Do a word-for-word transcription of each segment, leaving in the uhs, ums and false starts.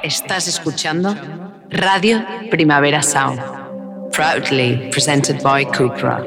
Estás escuchando Radio Primavera Sound, proudly presented by Cupra.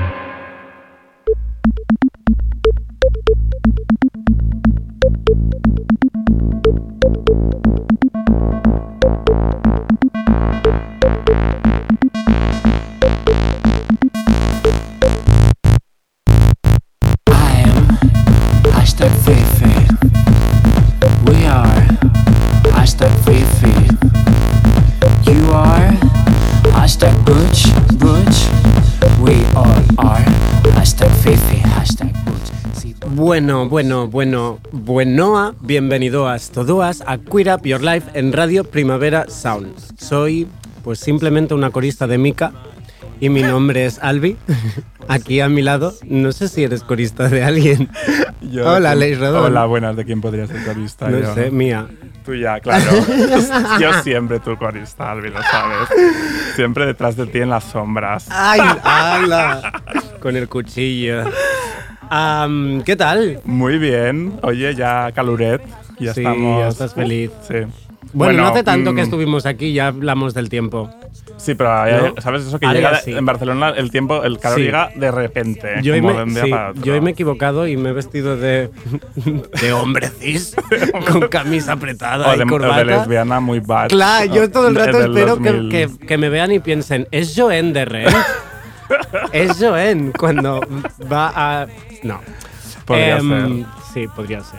Bueno, bueno, bueno, buenoa, bienvenidos todas a Queer Up Your Life en Radio Primavera Sound. Soy, pues simplemente una corista de Mika y mi nombre es Albi. Aquí a mi lado, no sé si eres corista de alguien. Yo, Hola, Leis Rodón. Hola, buenas, ¿de quién podría ser corista? No yo? sé, mía. Tuya, claro. Yo siempre tu corista, Albi, lo sabes. Siempre detrás de ti en las sombras. ¡Ay, ala! Con el cuchillo. Um, ¿Qué tal? Muy bien. Oye, ya caluret. Ya sí, estamos. ya estás feliz. Sí. Bueno, Bueno, no hace tanto mmm, que estuvimos aquí, ya hablamos del tiempo. Sí, pero ¿No? ¿sabes eso? Que Ahora llega ya sí. en Barcelona el tiempo, el calor Sí. llega de repente. Yo hoy, como me, de un día sí, para otro. yo hoy me he equivocado y me he vestido de, de hombre cis, con camisa apretada o y de, corbata. o de lesbiana muy bad. Claro, yo todo el rato Del espero que, dos mil. que, que me vean y piensen, es Joen de Ren. Es Joen cuando va a... No. Podría Em, ser. Sí, podría ser.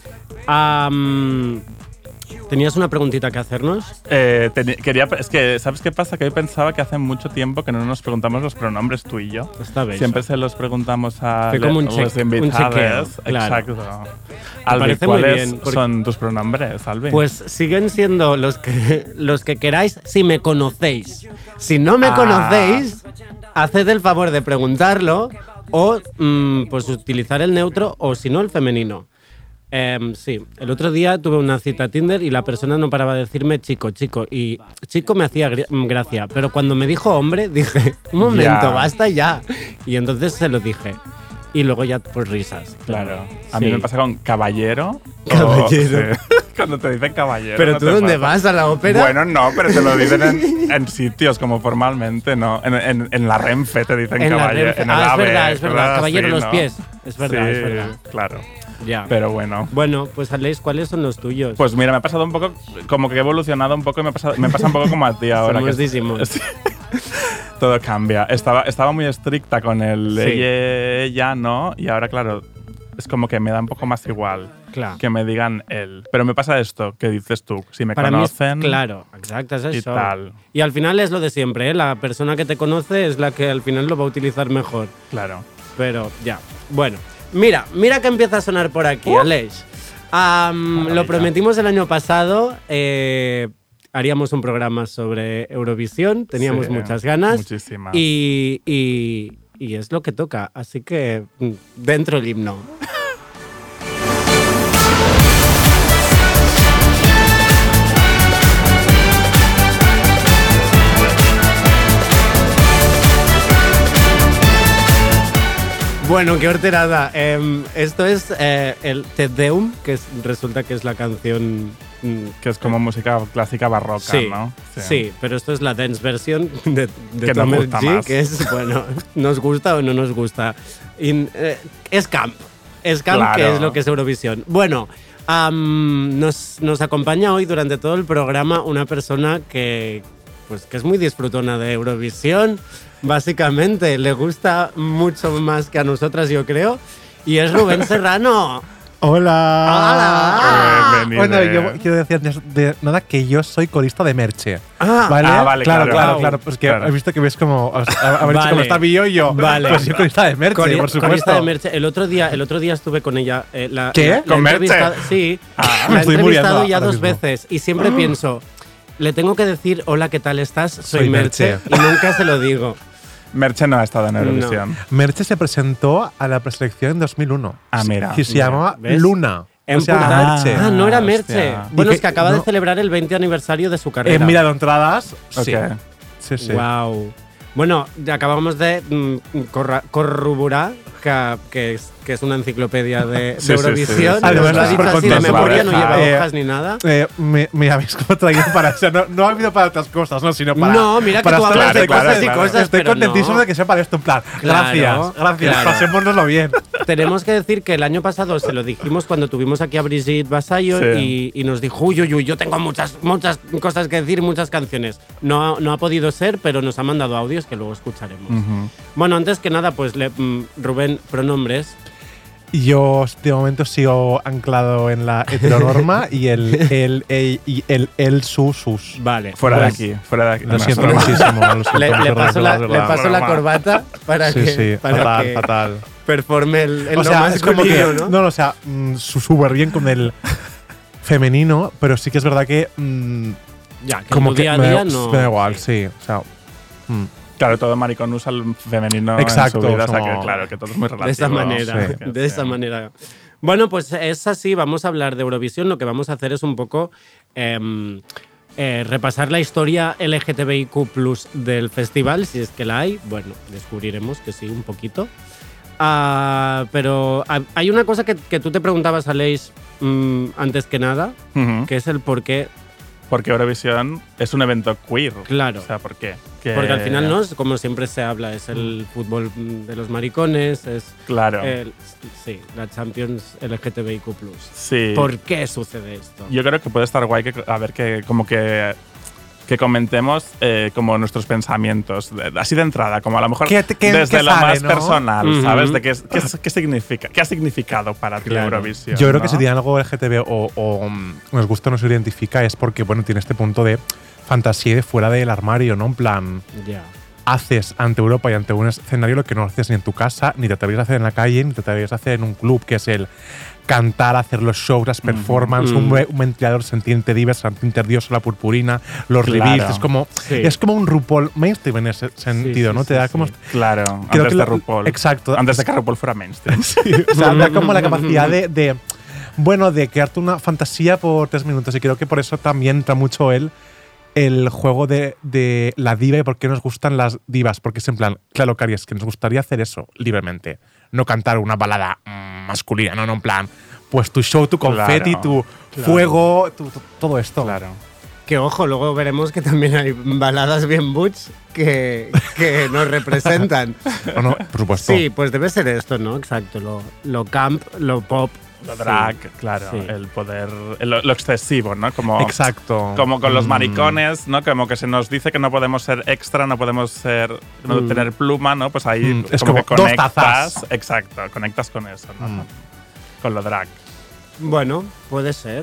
Um, ¿Tenías una preguntita que hacernos? Eh, teni- quería, es que, ¿sabes qué pasa? Que hoy pensaba que hace mucho tiempo que no nos preguntamos los pronombres tú y yo. Esta vez. Siempre se los preguntamos a Fue como un le- check- los un invitados. chequeo, claro. Exacto. Albi, parece muy ¿cuáles bien, porque- son tus pronombres, Albi? Pues siguen siendo los que, los que queráis si me conocéis. Si no me Ah. conocéis, haced el favor de preguntarlo o mm, pues utilizar el neutro o si no el femenino. Em, sí, el otro día tuve una cita a Tinder y la persona no paraba de decirme chico, chico. Y chico me hacía gri- gracia, pero cuando me dijo hombre dije, un momento, Ya. basta ya. Y entonces se lo dije. Y luego ya pues risas. Claro. A Sí. mí me pasa con caballero. o- Caballero. sí. Cuando te dicen caballero. ¿Pero ¿no tú te dónde pasa? vas? ¿A la ópera? Bueno, no, pero te lo dicen en, en sitios como formalmente, ¿no? En, en, en la Renfe te dicen En la caballero. Renfe. En el Ah, es AVE, verdad, es verdad. ¿verdad? Caballero Sí, los ¿no? pies. Es verdad, Sí, es verdad. claro. Ya. Pero bueno. Bueno, pues Aleix, ¿cuáles son los tuyos? Pues mira, me ha pasado un poco, como que he evolucionado un poco y me, ha pasado, me pasa un poco como a ti ahora. que Famosísimos. sí. Todo cambia. Estaba, estaba muy estricta con el Sí. ella, ella, ¿no? Y ahora, claro, es como que me da un poco más igual Claro. que me digan él. Pero me pasa esto que dices tú. Si me Para mí es- conocen claro, exacto, es y eso. tal. Y al final es lo de siempre, ¿eh? La persona que te conoce es la que al final lo va a utilizar mejor. Claro. Pero ya. Bueno, mira, mira que empieza a sonar por aquí, Uh. Aleix. Am, Maravilla. lo prometimos el año pasado. eh, haríamos un programa sobre Eurovisión. Teníamos Sí, muchas ganas. muchísimas. Y, y, y es lo que toca. Así que mm, dentro el himno. Bueno, qué horterada. Eh, esto es eh, el Te Deum, que es- resulta que es la canción. mm, Que es como música clásica barroca, sí, ¿no? sí, pero esto es la dance version de, de Que nos Tomer gusta G, más. que es, bueno, nos gusta o no nos gusta. Y, eh, es camp. Es camp, Claro. que es lo que es Eurovisión. Bueno, am, nos, nos acompaña hoy durante todo el programa una persona que, pues, que es muy disfrutona de Eurovisión. Básicamente, le gusta mucho más que a nosotras, yo creo. Y es Rubén Serrano. Hola. Hola. Bienvenido. Bueno, yo quiero decir antes de nada que yo soy corista de Merche. Ah, ¿Vale? Ah, vale, claro, claro. claro, Wow. claro. Pues que Claro. he visto que ves como. A, a ver Vale. cómo está mi yo. Vale. Pues soy corista de Merche, Cori- por supuesto. corista de Merche. El otro día, el otro día estuve con ella. eh, la, ¿Qué? la- la ¿Con he Merche? entrevistado- Sí. Ah, la me he estoy entrevistado muriendo ya ahora dos mismo. veces y siempre pienso, le tengo que decir hola, ¿qué tal estás? Soy, Soy Merche. Merche. Y nunca se lo digo. Merche no ha estado en Eurovisión. Merche se presentó a la preselección en dos mil uno. Ah, mira. Que se Mira, llamaba ¿ves? Luna. En o sea, puta- Merche. Ah, no era hostia. Merche. Y Bueno, que- es que acaba de no. celebrar el veinte aniversario de su He carrera. mirado entradas. Sí. Ok. Sí, sí. Wow. Bueno, ya acabamos de mm, corra- corroborar que, que es- que es una enciclopedia de, de Sí, sí, Eurovisión. sí, sí. Nos Además, lo ha es dicho súper así de contento. memoria, no lleva Eh, hojas ni nada. Eh, me, me habéis como traído para. O sea, no, no ha habido para otras cosas, ¿no? Sino para. No, mira que para tú estar- hablas de claro, cosas y claro. cosas, Estoy pero contentísimo no. de que sea para esto, en plan. Claro, Gracias, gracias, claro. pasémonoslo bien. Tenemos que decir que el año pasado se lo dijimos cuando tuvimos aquí a Brigitte Vasallo Sí. y, y nos dijo, uy, uy, uy, yo tengo muchas, muchas cosas que decir, muchas canciones. No, no ha podido ser, pero nos ha mandado audios que luego escucharemos. Ujú. Bueno, antes que nada, pues le- mm, Rubén, pronombres. Yo de momento sigo anclado en la heteronorma y el el, el, y el, el, su, sus. Vale. Fuera pues de aquí, fuera de aquí. Lo No, siento no, no. muchísimo. Lo siento, Le, es le verdad, paso, es la, verdad, es le verdad. paso la broma. corbata para Sí, que, sí, para fatal, que fatal. performe el, el O lo sea, es como que. masculino, No, ¿no? no, o sea, mm, su- súper bien con el femenino, pero sí que es verdad que. mm, Ya, que como en tu que día a me, día da- no. me da igual, sí. O sea. mm. Claro, todo maricón usa el femenino Exacto, en su vida, o sea como- que claro, que todo es muy relativo. De esa manera, sí. de esa manera. Bueno, pues es así, vamos a hablar de Eurovisión. Lo que vamos a hacer es un poco em, eh, repasar la historia L G T B I Q plus del festival, si es que la hay. Bueno, descubriremos que sí, un poquito. Ah, pero ha- hay una cosa que, que tú te preguntabas, Aleix, mm, antes que nada, Ujú. que es el por qué. Porque Eurovisión es un evento queer. Claro. O sea, ¿por qué? Que- Porque al final, ¿no? Es como siempre se habla, es el fútbol mm, de los maricones, es Claro. el- sí, la Champions L G T B I Q plus. sí. ¿Por qué sucede esto? Yo creo que puede estar guay que, a ver, que como que, que comentemos eh, como nuestros pensamientos, de- así de entrada, como a lo mejor ¿Qué te- qué- desde qué lo sale, más no? personal, Ujú. ¿sabes? De qué, es- qué, es- qué significa, qué ha significado para ti Claro. Eurovisión. Yo creo que ¿no? si tiene algo L G T B o, o, mm, nos gusta o nos identifica es porque, bueno, tiene este punto de fantasía y de fuera del armario, ¿no? En plan, Ya. haces ante Europa y ante un escenario lo que no haces ni en tu casa, ni te atreverías a hacer en la calle, ni te atreverías a hacer en un club, que es el cantar, hacer los shows, las performances, Mm. un, ve- un ventilador, sentirte diva, sentirte diosa, la purpurina, los Claro. reveals. Es como, Sí. es como un RuPaul mainstream en ese sentido, sí, ¿no? sí, Te da sí. como. Claro, Creo antes que de lo- RuPaul. exacto. Antes de que RuPaul fuera mainstream. O sea, da como la capacidad de, de, bueno, de crearte una fantasía por tres minutos. Y creo que por eso también entra mucho el, el juego de, de la diva y por qué nos gustan las divas. Porque es en plan, claro, Cari, es que nos gustaría hacer eso libremente. No cantar una balada mm, masculina, no, no, en plan, pues tu show, tu confeti, Claro, tu claro. fuego, tu- tu- todo esto. Claro. Que ojo, luego veremos que también hay baladas bien butch que, que nos representan. ¿O no? Por supuesto. Sí, pues debe ser esto, ¿no? Exacto, lo, lo camp, lo pop. Lo drag, Sí, claro. sí. El poder. el- lo, lo excesivo, ¿no? Como, Exacto. Como con los Mm. maricones, ¿no? Como que se nos dice que no podemos ser extra, no podemos ser. no Mm. tener pluma, ¿no? Pues ahí Mm, es como, como que dos conectas. tazas. Exacto, conectas con eso, ¿no? Mm. Con lo drag. Bueno, puede ser.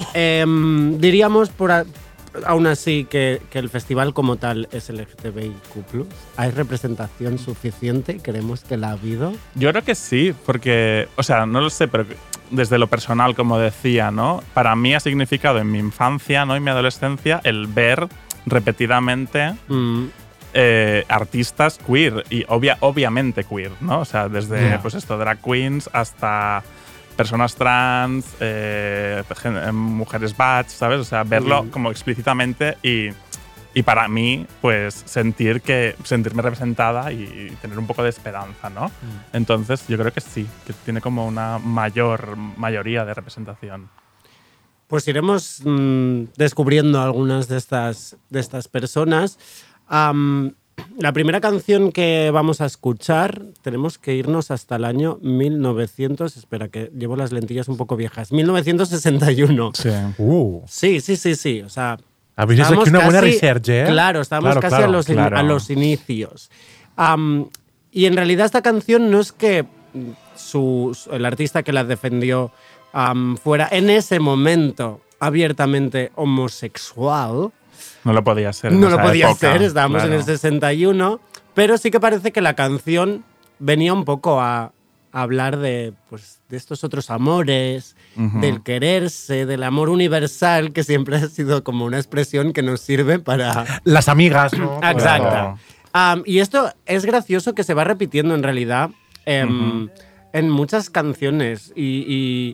Em, diríamos por a- aún así que, que el festival como tal es L G T B I Q plus. ¿Hay representación suficiente? ¿Creemos que la ha habido? Yo creo que sí, porque, o sea, no lo sé, pero desde lo personal, como decía, ¿no? Para mí ha significado en mi infancia, ¿no? Y mi adolescencia, el ver repetidamente Mm, eh, artistas queer y obvia, obviamente queer, ¿no? O sea, desde Yeah. pues esto, drag queens hasta personas trans, eh, gen- mujeres bats, ¿sabes? O sea, verlo Mm. como explícitamente y, y para mí, pues sentir que sentirme representada y, y tener un poco de esperanza, ¿no? Entonces, yo creo que sí, que tiene como una mayor mayoría de representación. Pues iremos mm, descubriendo algunas de estas, de estas personas. Am, la primera canción que vamos a escuchar, tenemos que irnos hasta el año mil novecientos. Espera, que llevo las lentillas un poco viejas. mil novecientos sesenta y uno. Sí. Uh. Sí, sí, sí, sí. O sea, Habéis hecho estábamos aquí una buena casi- research, ¿eh? Claro, estábamos Claro, casi claro, a, los in- claro. a los inicios. Am, y en realidad esta canción no es que mm, su, su- el artista que la defendió am, fuera en ese momento abiertamente homosexual. No lo podía ser. en No lo esa podía época, ser, estábamos claro. en el sesenta y uno, pero sí que parece que la canción venía un poco a, a hablar de, pues, de estos otros amores, Ujú. del quererse, del amor universal, que siempre ha sido como una expresión que nos sirve para… Las amigas, ¿no? Exacto. Claro. Am, y esto es gracioso que se va repitiendo en realidad em, Ujú. en muchas canciones y, y-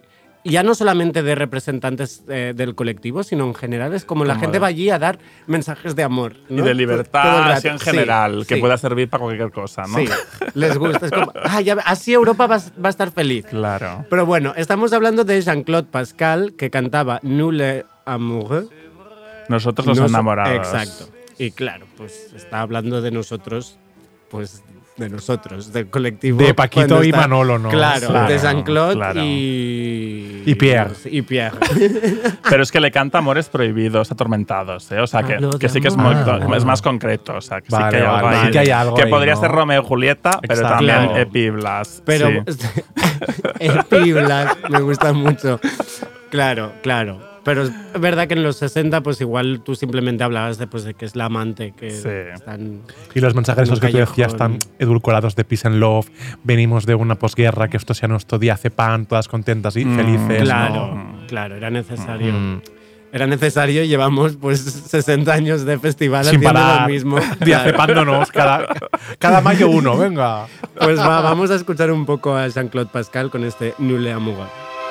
ya no solamente de representantes eh, del colectivo, sino en general es como la gente va allí a dar mensajes de amor, ¿no? Y de libertad Todo el rato. así en general, Sí, que sí. pueda servir para cualquier cosa, ¿no? Sí, les gusta. Es como, ah, ya, así Europa va, va a estar feliz. Claro. Pero bueno, estamos hablando de Jean-Claude Pascal, que cantaba Nous les amoureux. Nosotros los Nos- enamorados. Exacto. Y claro, pues está hablando de nosotros, pues de nosotros, del colectivo. De Paquito cuando y está- Manolo, ¿no? Claro, Claro, de Jean-Claude claro. y… Y Pierre. Y Pierre. Pero es que le canta Amores Prohibidos, Atormentados, ¿eh? O sea, que, Hablo de que sí que es, amor. muy- es más concreto. O sea, que Vale, sí que hay algo vale, ahí. sí que hay algo Que ahí, podría ¿no? ser Romeo y Julieta, pero Exacto. también Claro. Epiblas. Pero sí. el Piblas me gusta mucho. Claro, claro. Pero es verdad que en los sesenta, pues igual tú simplemente hablabas de, pues, de que es la amante, que Sí. están… Y los mensajes esos que tú decías callejón. están edulcorados de peace and love. Venimos de una posguerra, que esto sea nuestro día, hace pan, todas contentas y Mm, felices. Claro, ¿no? claro, era necesario. Mm. Era necesario y llevamos pues sesenta años de festival Sin haciendo parar. lo mismo. Diazepándonos cada, cada mayo uno, venga. Pues va, vamos a escuchar un poco a Jean-Claude Pascal con este Nous les amoureux.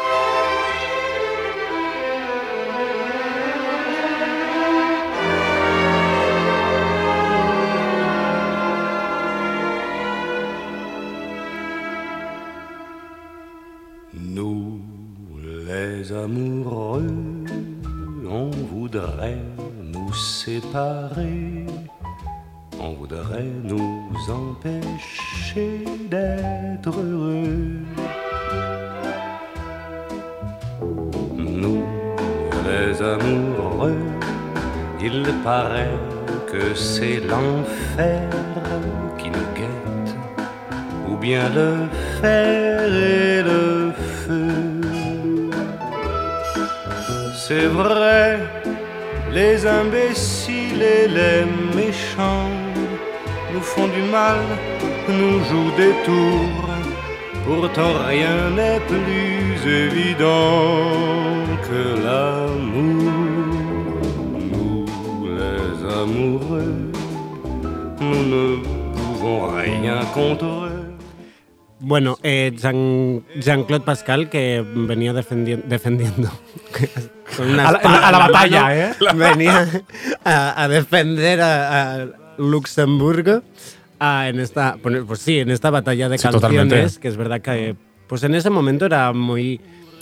Nous, les amoureux, on voudrait nous séparer, on voudrait nous empêcher d'être heureux. Nous, les amoureux, il paraît que c'est l'enfer qui nous guette, ou bien le fer et le feu. C'est vrai, les imbéciles et les méchants nous font du mal, nous jouent des tours. Pourtant rien n'est plus évident que l'amour. Nous, les amoureux, nous ne pouvons rien contre eux. Bueno, eh, Jean, Jean-Claude Pascal, que venía defendi- defendiendo con una A la- espada a la en batalla, mano, ¿eh? venía a, a defender a, a Luxemburgo a, en esta, bueno, pues sí, en esta batalla de Sí, canciones, totalmente. que es verdad que pues en ese momento era muy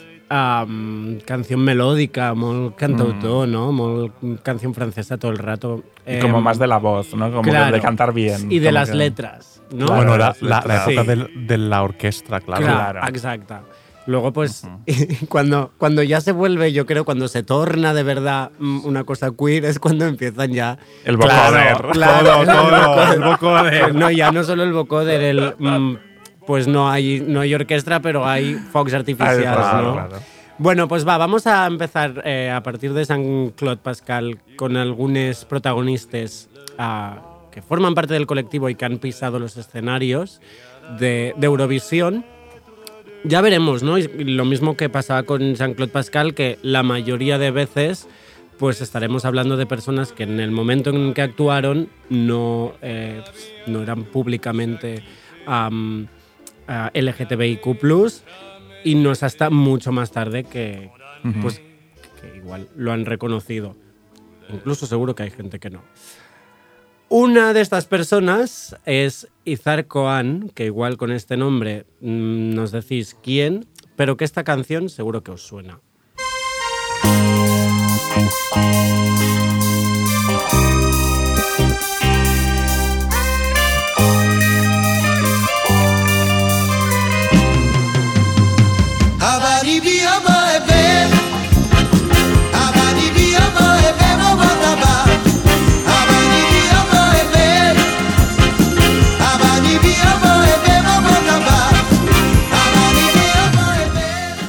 um, canción melódica, muy cantautor, Mm. ¿no? Muy canción francesa todo el rato. Y como Em, más de la voz, ¿no? Como claro. de, de cantar bien. y de como las que- letras, ¿no? Claro, bueno, la, las la- la letras. época Sí. del- de la orquesta, claro. Claro, Claro. exacta. Luego, pues, cuando, cuando ya se vuelve, yo creo, cuando se torna de verdad mm, una cosa queer, es cuando empiezan ya… El vocoder. Claro, claro, todo, el el vocoder. No, ya no solo el vocoder, el… mm, pues no hay, no hay orquesta, pero hay focs artificiales, Claro, ¿no? claro. Bueno, pues va, vamos a empezar eh, a partir de Jean-Claude Pascal con algunos protagonistas ah, que forman parte del colectivo y que han pisado los escenarios de, de Eurovisión. Ya veremos, ¿no? Y lo mismo que pasaba con Jean-Claude Pascal, que la mayoría de veces pues estaremos hablando de personas que en el momento en que actuaron no, eh, pues, no eran públicamente um, uh, L G T B I Q plus, y no es hasta mucho más tarde que, Ujú. pues, que igual lo han reconocido. Incluso seguro que hay gente que no. Una de estas personas es Izar Cohen, que igual con este nombre mmm, nos decís quién, pero que esta canción seguro que os suena.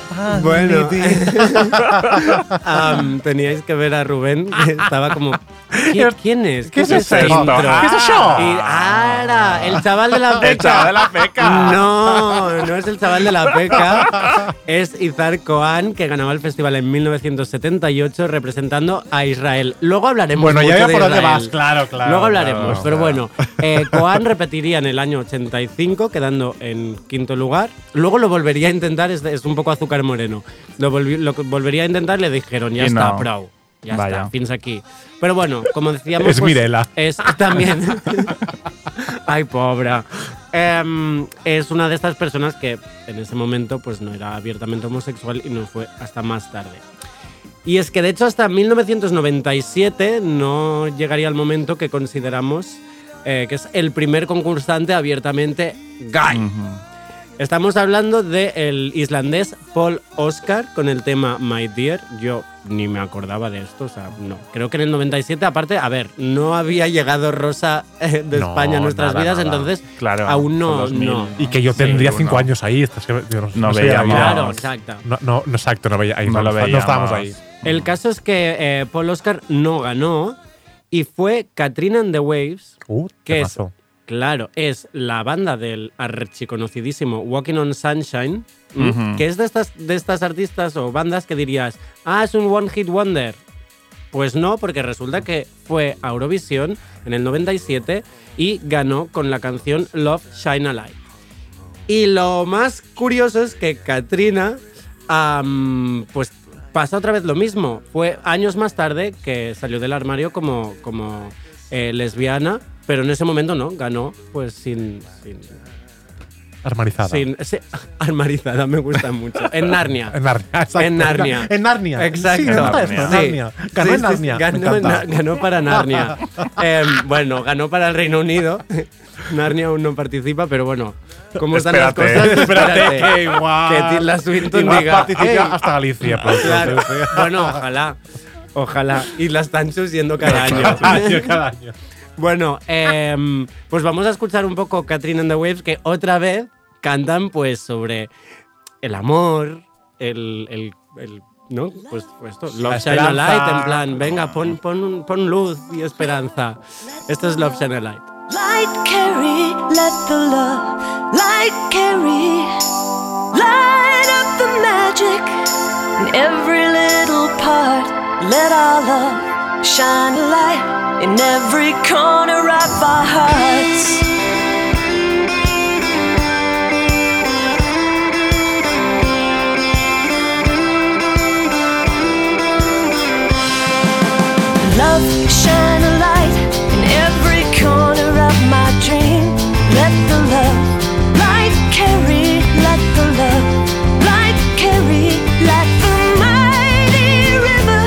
Bueno, um, teníais que ver a Rubén, que estaba como ¿Qui- ¿Quién es? ¿Qué es esa esto? intro? ¿Qué es eso? Y, ¡Ara! El chaval de la peca. ¡El chaval de la peca! No, no es el chaval de la peca. Es Izar Cohen, que ganaba el festival en mil novecientos setenta y ocho representando a Israel. Luego hablaremos Bueno, ya mucho veo de por dónde Israel. vas, claro, claro. Luego hablaremos, claro, pero claro. bueno. Eh, Cohen repetiría en el año ochenta y cinco, quedando en quinto lugar. Luego lo volvería a intentar, es, es un poco azúcar moreno. Lo, volvi- lo volvería a intentar y le dijeron, ya Y está, no. pro. Ya Vaya. está, fins aquí. Pero bueno, como decíamos… Es pues, Mirela. Es también… Ay, pobre. Em, es una de estas personas que en ese momento pues no era abiertamente homosexual y no fue hasta más tarde. Y es que de hecho hasta mil novecientos noventa y siete no llegaría el momento que consideramos eh, que es el primer concursante abiertamente gay. Ujú. Estamos hablando del islandés Paul Oscar con el tema My Dear. Yo ni me acordaba de esto, o sea, no. Creo que en el noventa y siete, aparte, a ver, no había llegado Rosa eh, de No, España a nuestras nada, vidas, nada. entonces Claro, aún fue no, dos mil. no. Y que yo Sí, tendría uno. cinco años ahí. Esto es que yo no, No no sé la veíamos. vida. Claro, exacto. No, no, no, exacto, no veía ahí. No No, lo no veíamos. estábamos ahí. El caso es que eh, Paul Oscar no ganó y fue Katrina and the Waves, Uh, que ¿qué es, pasó? claro, es la banda del archiconocidísimo Walking on Sunshine, ¿m? Ujú. que es de estas, de estas artistas o bandas que dirías, ah, es un One Hit Wonder. Pues no, porque resulta que fue a Eurovisión en el noventa y siete y ganó con la canción Love Shine a Light. Y lo más curioso es que Katrina, am, pues pasa otra vez lo mismo. Fue años más tarde que salió del armario como, como eh, lesbiana, pero en ese momento no, ganó pues sin… sin, Armarizada. sin sí, armarizada, me gusta mucho. En Narnia. En Narnia, exacto. En Narnia. En Narnia. Exacto. Sí, me gusta esto, Sí. en Narnia. Ganó Sí, en sí, Narnia. sí, me Ganó, en encanta. Na- ganó para Narnia. Em, bueno, ganó para el Reino Unido. Narnia aún no participa, pero bueno, ¿cómo están Espérate, las cosas? Espérate, que igual. Que Tilda Swinton Igual diga, participa "Ey". hasta Galicia. Pues, Claro. entonces, Bueno, ojalá. Ojalá. Y las están yendo cada año. cada año, cada año. Bueno, em, pues vamos a escuchar un poco Katrina and the Waves, que otra vez cantan pues sobre el amor, el, el, el ¿no? Pues, pues esto, Love Shine a esperanza. Light, en plan, venga, pon, pon, pon luz y esperanza. Esto es Love Shine a Light. Light carry, let the love light carry, light up the magic in every little part. Let our love shine a light in every corner of our hearts. Love shine a light in every corner of my dream. Let the love light carry, let the love light carry, like the mighty river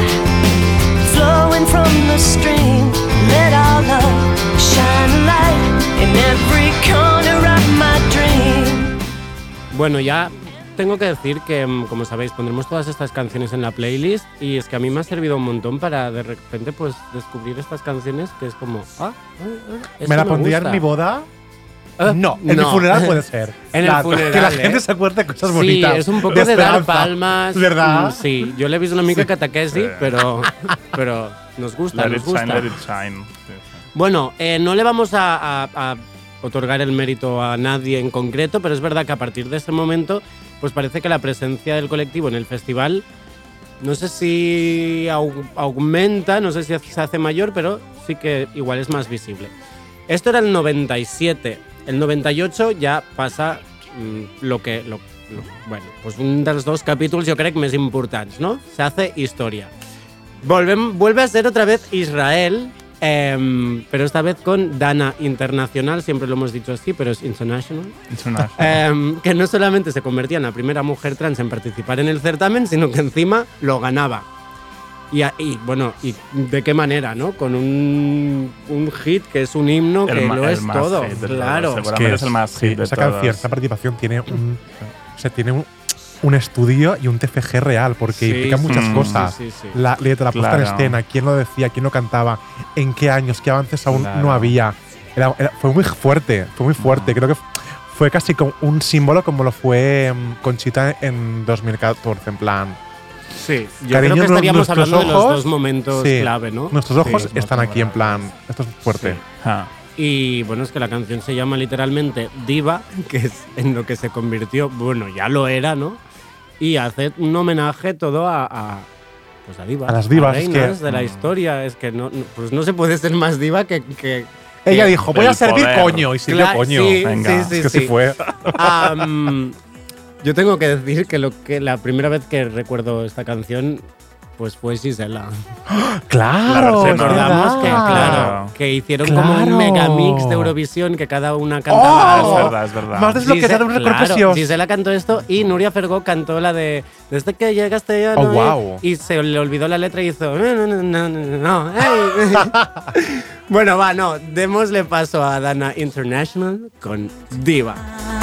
flowing from the stream. Let our love shine a light in every corner of my dream. Bueno, ya tengo que decir que, mm, como sabéis, pondremos todas estas canciones en la playlist y es que a mí me ha servido un montón para de repente pues descubrir estas canciones que es como, ah, ah, ah, esto ¿Me la pondría gusta. en mi boda? Ah, No, en no. mi funeral puede ser. En el La- funeral, Que la ¿eh? gente se acuerde de cosas Sí, bonitas. es un poco de, dar esperanza. palmas. ¿Verdad? Mm, Sí, yo le he visto una mica catequesi, Sí. pero, pero nos gusta, Let nos it shine, gusta. let it shine. Sí, sí. Bueno, eh, no le vamos a, a- a otorgar el mérito a nadie en concreto, pero es verdad que a partir de ese momento, pues parece que la presencia del colectivo en el festival, no sé si au- aumenta, no sé si se hace mayor, pero sí que igual es más visible. Esto era el noventa y siete. El noventa y ocho ya pasa mm, lo que… Lo, lo, bueno, pues un dels dos capítols jo crec més importants, no? Se hace historia. Volvem, vuelve a ser otra vez Israel, eh, pero esta vez con Dana Internacional, siempre lo hemos dicho así, pero es International, International. eh, que no solamente se convertía en la primera mujer trans en participar en el certamen, sino que encima lo ganaba. Y, a- y, bueno, ¿y de qué manera, no? Con un, un hit que es un himno El que ma- lo el es más todo. hit de todos, Claro. seguro. que Seguramente es el más sí, hit de esa todos. canción, esa participación tiene un, o sea, tiene un, un estudio y un T F G real porque Sí, implica sí, muchas sí, cosas. sí, sí. La letra, la puesta en Claro. escena, quién lo decía, quién lo cantaba, en qué años, qué avances aún Claro. no había. Era- era- fue muy fuerte, fue muy fuerte. Creo que fue casi como un símbolo como lo fue mm, Conchita en dos mil catorce, en plan. Sí, yo Cariño, creo que estaríamos nuestros hablando de los ojos- dos momentos sí, clave, ¿no? Nuestros ojos Sí, están es aquí en verdad. plan. Esto es fuerte. Sí. Ah. Y bueno, es que la canción se llama literalmente Diva, que es en lo que se convirtió, bueno, ya lo era, ¿no? Y hace un homenaje todo a, a, pues a divas. A las divas, es reinas que- de la historia. Es que no, no- pues no se puede ser más diva que… que Ella que- dijo, voy a el servir poder. coño. Y sirvió Cla- coño. sí, Venga, sí, sí, es que sí. sí fue. Am, yo tengo que decir que, lo que la primera vez que recuerdo esta canción pues fue Gisela. Claro, La es versión, ¿no? Recordamos que, verdad. claro, que hicieron como un Claro. megamix de Eurovisión que cada una cantaba. Ah, es Oh, verdad, es verdad. Más desbloqueada, Gise- una claro, repercusión. Gisela cantó esto y Nuria Fergó cantó la de Desde que llegaste ya Oh, no hay- wow. y se le olvidó la letra y hizo no, no, no, no, no, no, ey". Bueno, va, no, démosle paso a Dana International con Diva.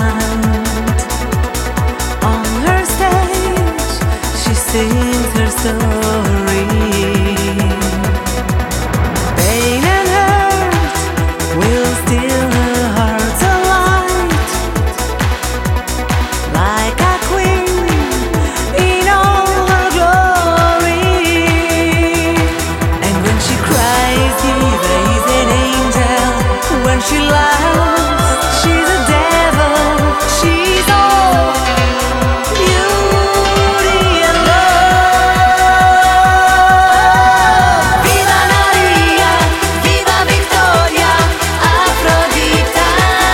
On her stage, she sings her story. Pain and hurt will steal her heart alight. Like a queen in all her glory. And when she cries, Diva is an angel. When she laughs, she's a devil. She's all beauty and love. Viva Maria, viva Victoria, Afrodita.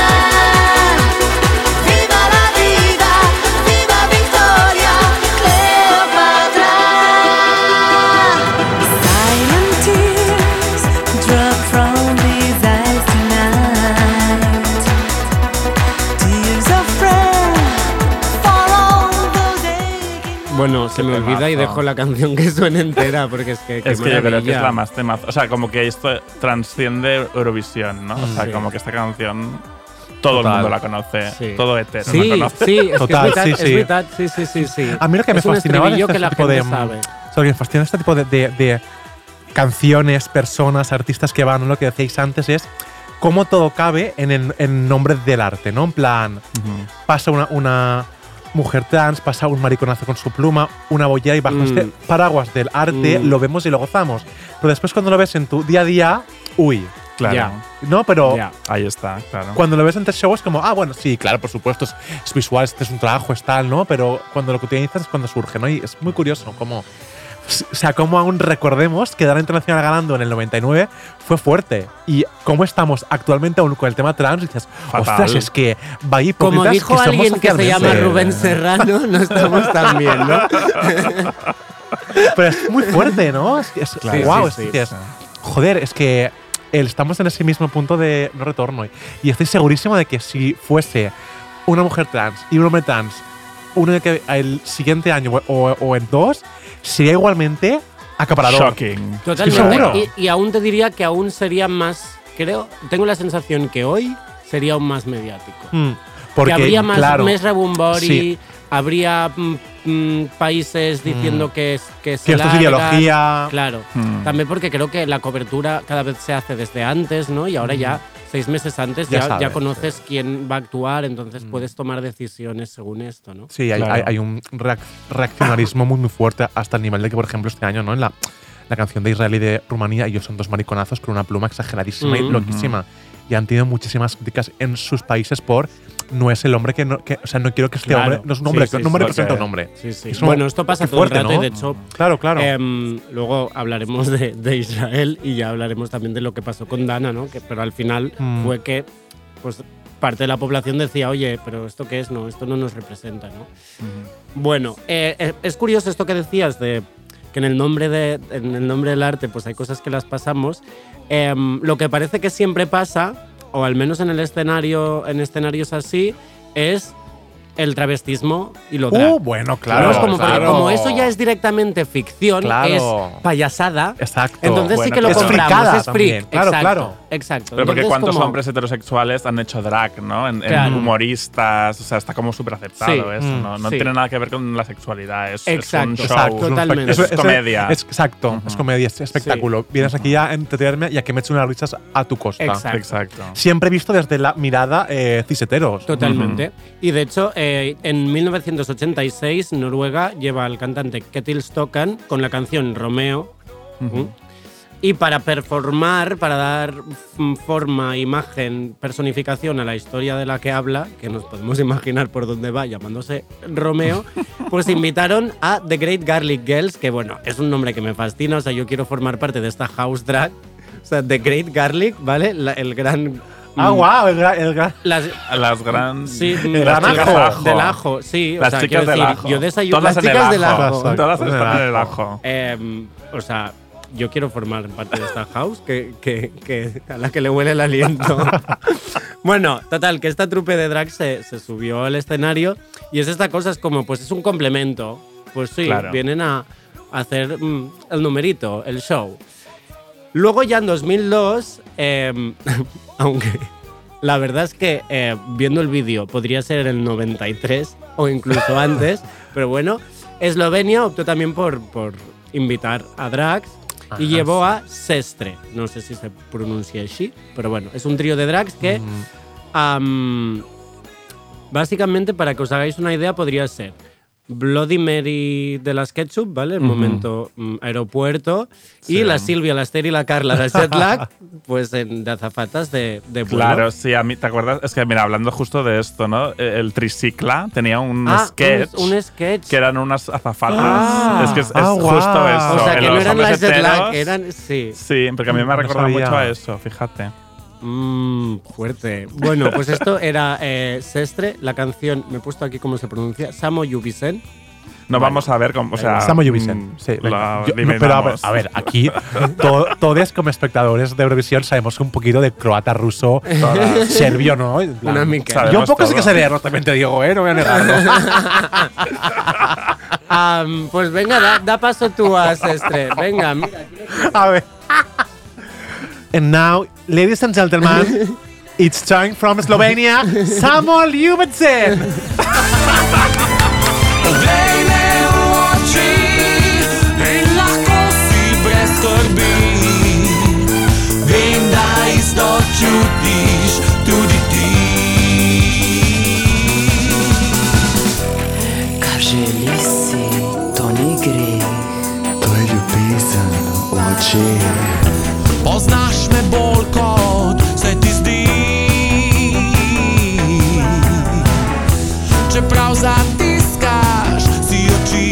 Viva la vida, viva Victoria, Cleopatra. Silent tears drop from these eyes tonight. Tears of prayer for all those aching. Bueno, se me temazo. olvida y dejo la canción que suene entera porque es que qué Es que yo creo que es maravilla. la más temazo. O sea, como que esto transciende Eurovisión, ¿no? O sea, Sí. como que esta canción todo Total. el mundo la conoce. Sí. Todo hetero Sí, la conoce. sí, es Total, que es sí, verdad, sí. es verdad, sí, sí, sí, sí. A mí lo que me es un fascinaba de estribillo este que la tipo gente de. sabe. O sea, lo que me fascina de este tipo de, de- de canciones, personas, artistas que van, ¿no? Lo que decíais antes es cómo todo cabe en el en nombre del arte, ¿no? En plan, Ujú. pasa una, una mujer trans, pasa un mariconazo con su pluma, una bollera y bajo Mm. este paraguas del arte Mm. lo vemos y lo gozamos. Pero después cuando lo ves en tu día a día, uy, Claro. Ya. ¿no? Pero Ya. Ahí está, claro. cuando lo ves en el show es como, ah, bueno, sí, claro, por supuesto, es, es visual, este es un trabajo, es tal, ¿no? Pero cuando lo utilizas es cuando surge, ¿no? Y es muy curioso cómo… O sea, cómo aún recordemos que Dana Internacional ganando en el noventa y nueve fue fuerte. Y cómo estamos actualmente aún con el tema trans, y dices, Fatal. ostras, es que va Como hipócritas dijo que somos alguien que se socialmente. llama Rubén Serrano, no estamos tan bien, ¿no? Pero es muy fuerte, ¿no? Es, es, Claro, wow, sí, es- sí, dices, sí. joder, es que el- estamos en ese mismo punto de no retorno. Y estoy segurísimo de que si fuese una mujer trans y un hombre trans, uno que el siguiente año o, o en dos, sería igualmente acaparador. Shocking. Totalmente. seguro. Y, y aún te diría que aún sería más, creo, tengo la sensación que hoy sería aún más mediático. Mm, porque, que habría más, claro, más rebumbori, Sí. habría mm, mm, países diciendo que, es, que se que esto es largan. ideología. Claro. Mm. También porque creo que la cobertura cada vez se hace desde antes, ¿no? Y ahora ya, seis meses antes, Ya ya, ya, sabes, conoces quién va a actuar, entonces puedes tomar decisiones según esto, ¿no? Sí, hay, Claro. hay- hay un reac- reaccionarismo muy, muy fuerte hasta el nivel de que, por ejemplo, este año, ¿no? En la, la canción de Israel y de Rumanía, ellos son dos mariconazos con una pluma exageradísima y Ujú. loquísima. Y han tenido muchísimas críticas en sus países por no es el hombre que, no, que o sea, no quiero que este Claro. hombre, no es un hombre, Sí, sí, no me sí. representa Porque- un hombre. Sí, sí. Eso- Bueno, esto pasa qué todo el fuerte, rato ¿no? y de hecho Claro, claro. Em, luego hablaremos de, de Israel y ya hablaremos también de lo que pasó con Dana, ¿no? Que, pero al final Mm. fue que pues, parte de la población decía, oye, pero ¿esto qué es? No, esto no nos representa, ¿no? Bueno, eh, eh, es curioso esto que decías de que en el nombre, de, en el nombre del arte pues hay cosas que las pasamos. Em, lo que parece que siempre pasa, o al menos en el escenario, en escenarios así, es el travestismo y lo drag. Uh, bueno, ¿No? claro. Es como, porque claro. como eso ya es directamente ficción, Claro. es payasada. Exacto. Entonces sí Bueno, que lo claro. compramos, fricada es freak. también. Claro, exacto. claro. exacto. Pero porque Entonces, cuántos como- hombres heterosexuales han hecho drag, ¿no? En, en Claro. humoristas, o sea, está como súper aceptado Sí. eso, ¿no? No Sí. tiene nada que ver con la sexualidad, es, Exacto, es un show. exacto. Totalmente. Es, comedia. Es, exacto, es comedia, es espectáculo. Vienes aquí a entretenerme y a que me eche unas risas a tu costa. Exacto. Exacto. Siempre visto desde la mirada eh, ciseteros. Totalmente. Y de hecho, eh, en mil novecientos ochenta y seis, Noruega lleva al cantante Ketil Stokkan con la canción Romeo. ¿Mm? Y para performar, para dar mm, forma, imagen, personificación a la historia de la que habla, que nos podemos imaginar por dónde va llamándose Romeo, pues invitaron a The Great Garlic Girls, que bueno, es un nombre que me fascina, o sea, yo quiero formar parte de esta house drag. O sea, The Great Garlic, ¿vale? La- el gran… Ah, mm, wow, el, gra- el gra- Las, Las gran… Sí, El las gran chicas ajo. del ajo, sí. Las o sea, chicas quiero del decir, ajo. Yo desayuno. Todas Las en el chicas del ajo. ajo. Todas En el están en el ajo. ajo. Eh, o sea, yo quiero formar parte de esta house que, que, que a la que le huele el aliento. Bueno, total, que esta trupe de drag se, se subió al escenario y es esta cosa, es como, pues es un complemento. Pues sí, Claro. vienen a hacer mm, el numerito, el show. Luego ya en dos mil dos, eh, aunque la verdad es que eh, viendo el vídeo podría ser el noventa y tres o incluso antes, pero bueno, Eslovenia optó también por, por invitar a drags y Ajá, llevó a Sestre, no sé si se pronuncia así, pero bueno, es un trío de drags que am, básicamente, para que os hagáis una idea, podría ser Bloody Mary de las Ketchup, ¿vale? El momento mm, aeropuerto. Sí. Y la Silvia, la Esther y la Carla de Jetlag, pues en- de azafatas de, de vuelo. Claro, sí, a mí, ¿te acuerdas? Es que, mira, hablando justo de esto, ¿no? El Tricicla tenía un Ah, sketch un, un sketch. que eran unas azafatas. Ah. es que es, es Ah, justo guau. eso. O sea, En que no los eran hombres las Jetlag, heteros, eran… Sí. Sí, porque a mí me ha No recordado sabía. mucho a eso, fíjate. Mmm, fuerte. Bueno, pues esto era eh, Sestre, la canción, me he puesto aquí cómo se pronuncia, Samo Yuvisen. No vamos a ver cómo, o sea… Samo Yuvisen. mm, Sí, venga. la Yo- no, pero a ver, adivinamos. a ver, aquí to- todos como espectadores de Eurovisión sabemos un poquito de croata, ruso, serbio, ¿no? En plan, Una mica. Sabemos Yo un poco sí que todo. sé leerlo, también te digo, ¿eh? No voy a negarlo. Am, pues venga, da, da paso tú a Sestre. Venga, mira. A ver. And now, ladies and gentlemen, it's time from Slovenia, Samo Ljubicen. Poglejme v oči in lahko si brez skrbi. Vem, da isto čutiš tudi ti. Kar želi si, to ni greh. To je ljubezen v očeh. Poznaš me bolj kot se ti zdi. Čeprav zatiskaš si oči.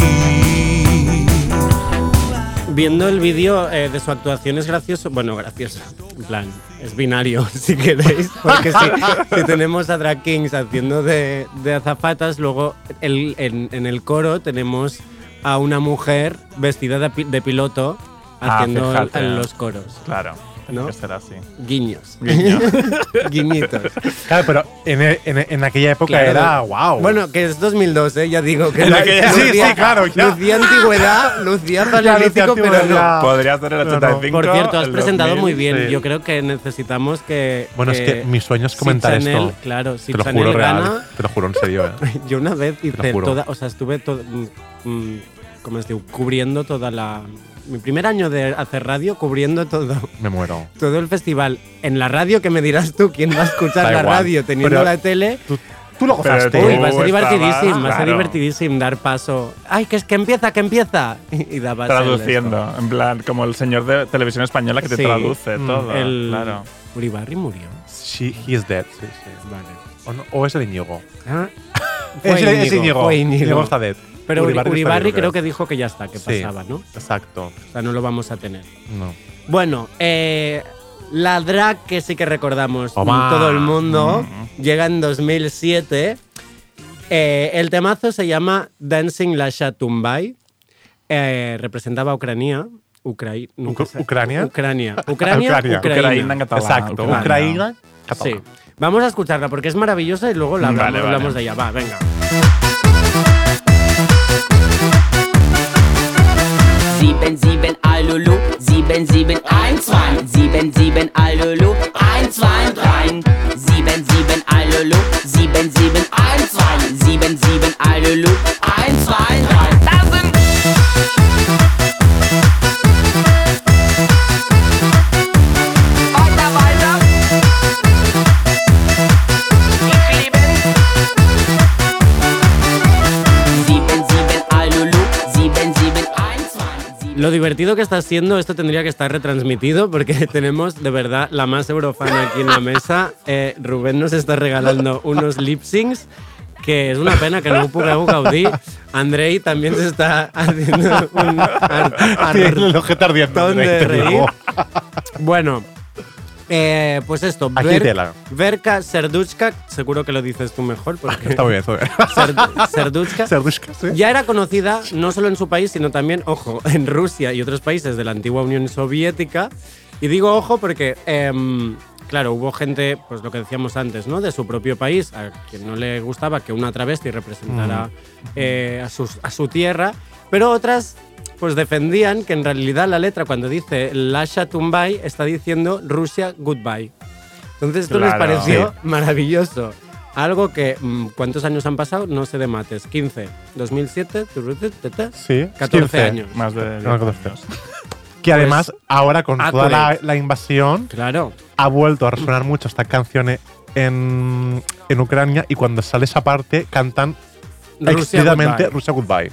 Viendo el vídeo eh, de su actuación es gracioso. Bueno, gracioso. En plan, es binario, si queréis. Porque si, si tenemos a Drag Kings haciendo de, de azafatas, luego el- en, en el coro tenemos a una mujer vestida de, pi- de piloto Ah, haciendo el- fíjate. los coros. Claro, tiene ¿No? que ser así. Guiños. Guiño. Guiñitos. Claro, pero en, en, en aquella época Claro. era wow. Bueno, que es dos mil dos, ¿eh? Ya digo que En aquella- sí, sí, claro, ya. Lucía antigüedad, lucía Ya, paleolítico, lucía pero no. antigüedad. Podría ser el No, no. ochenta y cinco. Por cierto, has el presentado dos mil, muy bien. sí. Yo creo que necesitamos que. Bueno, es que mi sueño es comentar si Chanel, esto. Claro, si te lo Chanel juro gana. real. Te lo juro en serio, eh. Yo una vez lo hice juro. toda. O sea, estuve todo. mm, mm, ¿Cómo es digo? Cubriendo toda la. Mi primer año de hacer radio, cubriendo todo. Me muero. Todo el festival. En la radio, que me dirás tú quién va a escuchar Da la igual. radio teniendo Pero- la tele. Tú, tú lo Pero gozaste. tú- Uy, va a ser estabas, divertidísimo, va a ser claro. divertidísimo dar paso. ¡Ay, que es que empieza, que empieza! Y daba Traduciendo, en plan, como el señor de televisión española que te Sí. traduce Mm, todo. El Claro. Uribarri murió. She, he is dead. Sí, sí. Vale. O, no- o es el Íñigo. Ah, Es, fue es Íñigo. fue Íñigo. Íñigo está dead. Pero Uribarri, Uribarri está creo dead, que dijo que ya está, que Sí. pasaba, ¿no? Exacto. O sea, no lo vamos a tener. No. Bueno, eh, la drag que sí que recordamos Toma. todo el mundo llega en dos mil siete. Eh, el temazo se llama Dancing Lasha Tumbai. Eh, representaba a Ucrania. Ucrai- nunca Ucr- sé- ¿Ucrania? Ucrania. Ucrania. Ucrania. Ucraina. Ucrania en catalán. Exacto. Ucrania. Ucrania. Sí. catalán. Vamos a escucharla porque es maravillosa y luego la Vale, hablamos, vale. hablamos de ella. Va, venga. Sieben, sieben, Alulu, sieben, sieben, eins, zwei, sieben, sieben, Alulu, eins, zwei, drei. Sieben, sieben, Alulu, sieben, sieben, eins, zwei. Sieben, sieben, Alulu, eins, zwei, drei. Das sind weiter, weiter. Ich liebe sieben, sieben, Alulu, sieben, sieben, eins, zwei. Lo divertido que está siendo, esto tendría que estar retransmitido porque tenemos de verdad la más eurofana aquí en la mesa. Eh, Rubén nos está regalando unos lip syncs que es una pena que no ho pugueu gaudir. Andrei también se está haciendo un ar- ar- Tiene el ojete ardiente, ton Andrei, de te reír. digo. Bueno, eh, pues esto. Aquí hay tela. Verka Serduchka, seguro que lo dices tú mejor. Porque Está muy bien, está muy bien. Ser- Serduchka. Serduchka, sí. Ya era conocida no solo en su país, sino también, ojo, en Rusia y otros países de la antigua Unión Soviética. Y digo ojo porque, em, claro, hubo gente, pues lo que decíamos antes, ¿no? De su propio país, a quien no le gustaba que una travesti representara eh, a, sus- a su tierra, pero otras pues defendían que en realidad la letra cuando dice Lasha Tumbai está diciendo Rusia Goodbye. Entonces esto les Claro. pareció Sí. maravilloso. Algo que, mm, ¿cuántos años han pasado? No sé de mates. quince, dos mil siete, Sí, catorce quince. años. Más de No, catorce. Que además, ahora con toda la, accurate. la invasión, Claro. ha vuelto a resonar mucho esta canción en, en Ucrania y cuando sale esa parte cantan Rusia explícitamente Goodbye. Rusia Goodbye.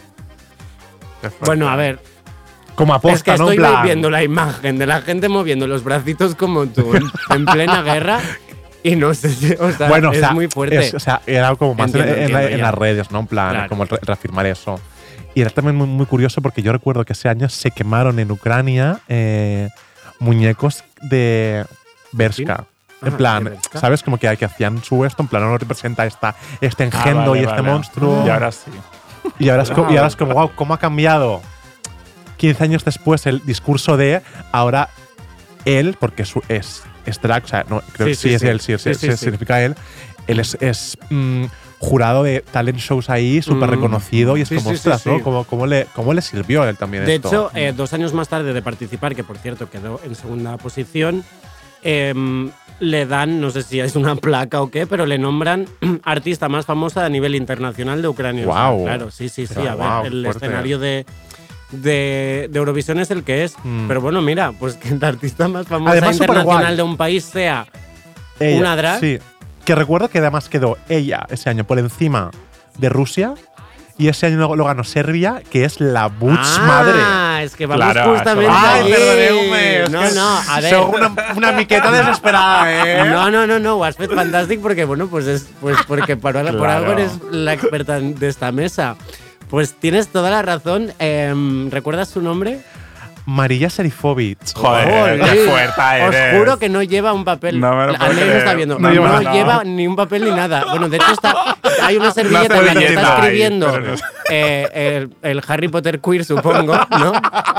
Bueno, a ver, Como aposta, es que ¿no? estoy En plan, viendo la imagen de la gente moviendo los bracitos como tú en, en plena guerra y no sé si, o sea, bueno, o es sea, muy fuerte. es- o sea, era como más en- Entiendo, en, la- entiendo, en ya. las redes, ¿no? En plan, Claro. como re- reafirmar eso. Y era también muy, muy curioso porque yo recuerdo que ese año se quemaron en Ucrania eh, muñecos de Bershka. Ah, En plan, de Bershka. ¿sabes? Como que, que hacían su esto, en plan, no representa esta, este Ah, engendro vale, y este vale. monstruo. Y ahora sí. Y ahora, es co- y ahora es como, wow, ¿cómo ha cambiado? quince años después el discurso de ahora él, porque su- es, es drag, o sea, no, creo Sí, que sí, sí, es sí. él, sí, Sí, sí, sí, sí, sí. significa él. Él es, es, mm, jurado de talent shows ahí, súper Mm. reconocido, y es Sí, como, sí, sí, ostras, sí. ¿no? ¿Cómo, cómo le, ¿Cómo le sirvió a él también De esto? hecho, eh, dos años más tarde de participar, que por cierto quedó en segunda posición, em, le dan, no sé si es una placa o qué, pero le nombran artista más famosa a nivel internacional de Ucrania. O sea, Guau. claro, sí, sí, sí. Pero A ver, guau, el fuerte. escenario de, de, de Eurovisión es el que es. Mm. Pero bueno, mira, pues que el artista más famosa Además, internacional superguay. de un país sea Ella, una drag. Sí. Que recuerdo que además quedó ella ese año por encima de Rusia, y ese año luego lo ganó Serbia, que es la Butch ah, madre. es que vamos Claro, justamente eso va. allí. Ay, perdoneu-me. es No, que no, a ver. Soy una, una miqueta desesperada, ¿eh? No, no, no, no, has fet fantàstic porque, bueno, pues es pues porque por, por Claro. algo eres la experta de esta mesa. Pues tienes toda la razón. Em, ¿Recuerdas su nombre? Marilla Serifovic. Joder, qué Jolín. fuerte Os eres. juro que no lleva un papel. No me lo puedo Andrei no creer. está viendo. No No, lleva lleva, nada. ni un papel ni nada. Bueno, de hecho está, hay una servilleta Una en la que servilleta está ahí, escribiendo pero no- eh, el, el Harry Potter queer, supongo, ¿no?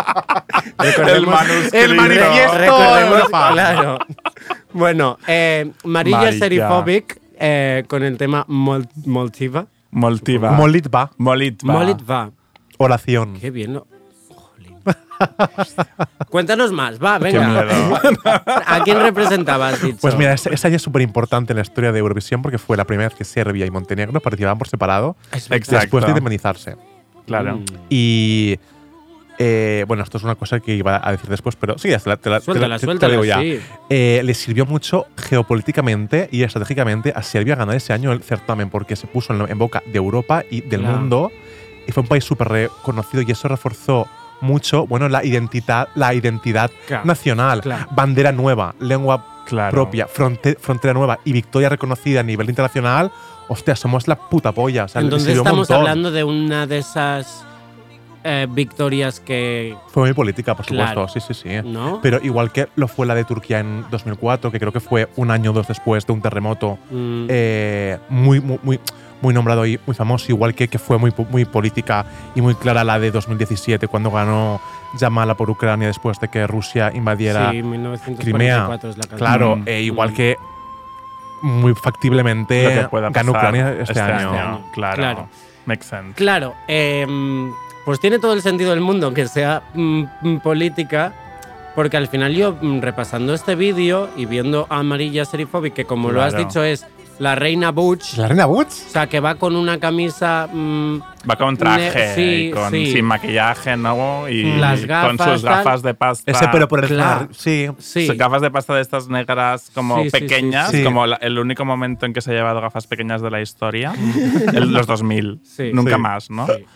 El manuscrito. El manifiesto Recordemos, Europa. claro. Bueno, eh, Marilla Marilla. Serifovic eh, con el tema Mol- Moltiva. Moltiva. Molitva. Molitva. Molitva. Oración. Qué bien lo. Jolín. Cuéntanos más, va, Qué venga. miedo. ¿A quién representabas, dicho? Pues mira, ese, ese año es súper importante en la historia de Eurovisión porque fue la primera vez que Serbia y Montenegro participaban por separado Exacto. después de independizarse. Claro. Mm. Y eh, bueno, esto es una cosa que iba a decir después, pero sí, te la, te la- te la- Suéltala, te- te suéltala, la digo ya. sí. Eh, le sirvió mucho geopolíticamente y estratégicamente a Serbia ganar ese año el certamen porque se puso en, en boca de Europa y del Claro. mundo y fue un país súper reconocido y eso reforzó mucho, bueno, la identidad, la identidad Claro, nacional, claro. bandera nueva, lengua Claro. propia, fronte- frontera nueva y victoria reconocida a nivel internacional. Hostia, somos la puta polla. O sea, le Entonces sirvió un estamos montón. hablando de una de esas eh, victorias que. Fue muy política, por supuesto, Claro. sí, sí, sí. ¿No? Pero igual que lo fue la de Turquía en dos mil cuatro, que creo que fue un año o dos después de un terremoto Mm, eh, muy, muy, muy, muy nombrado y muy famoso, igual que, que fue muy, po- muy política y muy clara la de dos mil diecisiete, cuando ganó Yamala por Ucrania después de que Rusia invadiera sí, mil novecientos Crimea. cuarenta y cuatro es la canción. Claro, Mm. e igual Mm. que muy Lo factiblemente que pueda ganó pasar Ucrania este, año. Claro. Claro. Makes sense. Claro, em, pues tiene todo el sentido del mundo que sea mm, mm, política, Porque al final yo, mm, repasando este vídeo y viendo a Amarilla Serifovic, que como lo has Claro. dicho es la reina Butch, ¿La reina Butch? o sea, que va con una camisa… mm, Va con traje, Ne- sí, y con, sí. sin maquillaje, ¿no? Y Las con gafas, sus tal. gafas de pasta. Ese, pero por el Claro. Sí. sí. Sus gafas de pasta de estas negras como Sí, sí, sí, pequeñas, sí. como la- el único momento en que se ha llevado gafas pequeñas de la historia, el- los dos mil, Sí. nunca Sí. más, ¿no? Sí.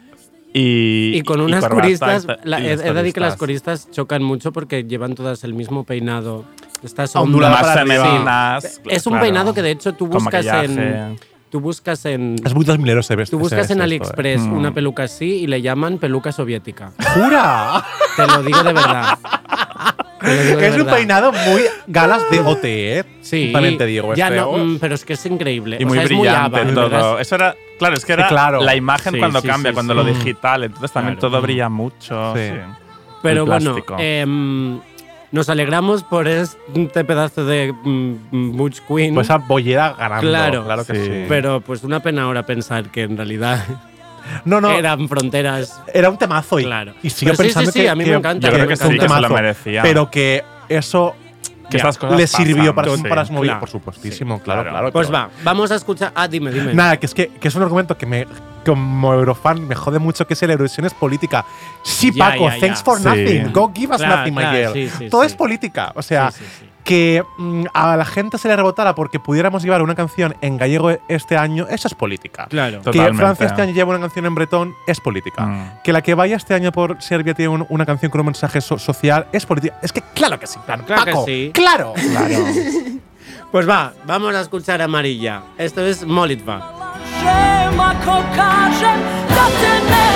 Y, Y con unas corbata coristas, y- la- y he he de decir que las coristas. coristas chocan mucho porque llevan todas el mismo peinado. Estas Ondulada ondas. más para arriba. femeninas. Es un claro. peinado que de hecho tú Con buscas en… maquillaje. Tú buscas en… Es muy dos milero se ve. Tú buscas ese- en ese- AliExpress Mm. una peluca así y le llaman peluca soviética. esto, eh. ¡Jura! Te lo digo de verdad. Te lo digo de Es un verdad. peinado muy galas de O T, ¿eh? Sí. También te digo. Ya es no, feo. mm, pero es que es increíble. Y O muy sea, es brillante muy ABBA, todo. ¿verdad? Eso era, claro, es que era claro. la imagen Sí, cuando sí, cambia, sí, cuando sí. lo digital. Entonces también Claro. todo brilla mucho. Sí. Sí. Pero El bueno, plástico. em, nos alegramos por este pedazo de mm, Butch Queen. Pues esa bollera ganando. Claro, Claro que sí. sí. pero pues una pena ahora pensar que en realidad no, no. eran fronteras. Era un temazo y, Claro. y sigo Pero sí, pensando sí, sí, que, a mí que- me encanta, Yo creo me que sí, es un que se lo temazo, merecía. pero que eso Que ya, estas cosas le sirvió pasan, para, sí. para las movidas, Claro. por supuestísimo, Sí, claro, claro. claro. Pues pero- va, vamos a escuchar. Ah, dime, dime. Nada, que es que, que es un argumento que me como Eurofan me jode mucho, que es la Eurovisión es política. Sí, Ya, Paco, ya, thanks ya. for Sí. nothing. Go give us Claro, nothing, my claro, girl. sí, sí, Todo sí. es política. O sea, Sí, sí, sí. que mm, a la gente se le rebotara porque pudiéramos llevar una canción en gallego este año, eso es política. Claro. Total. Que Totalmente. Francia este año lleva una canción en bretón es política. Mm. Que la que vaya este año por Serbia tiene un- una canción con un mensaje so- social es política. Es que claro que sí, claro, Claro que Paco, sí. claro. Claro. Pues va, vamos a escuchar Amarilla. Esto es Molitva. Lažem ako kažem da te ne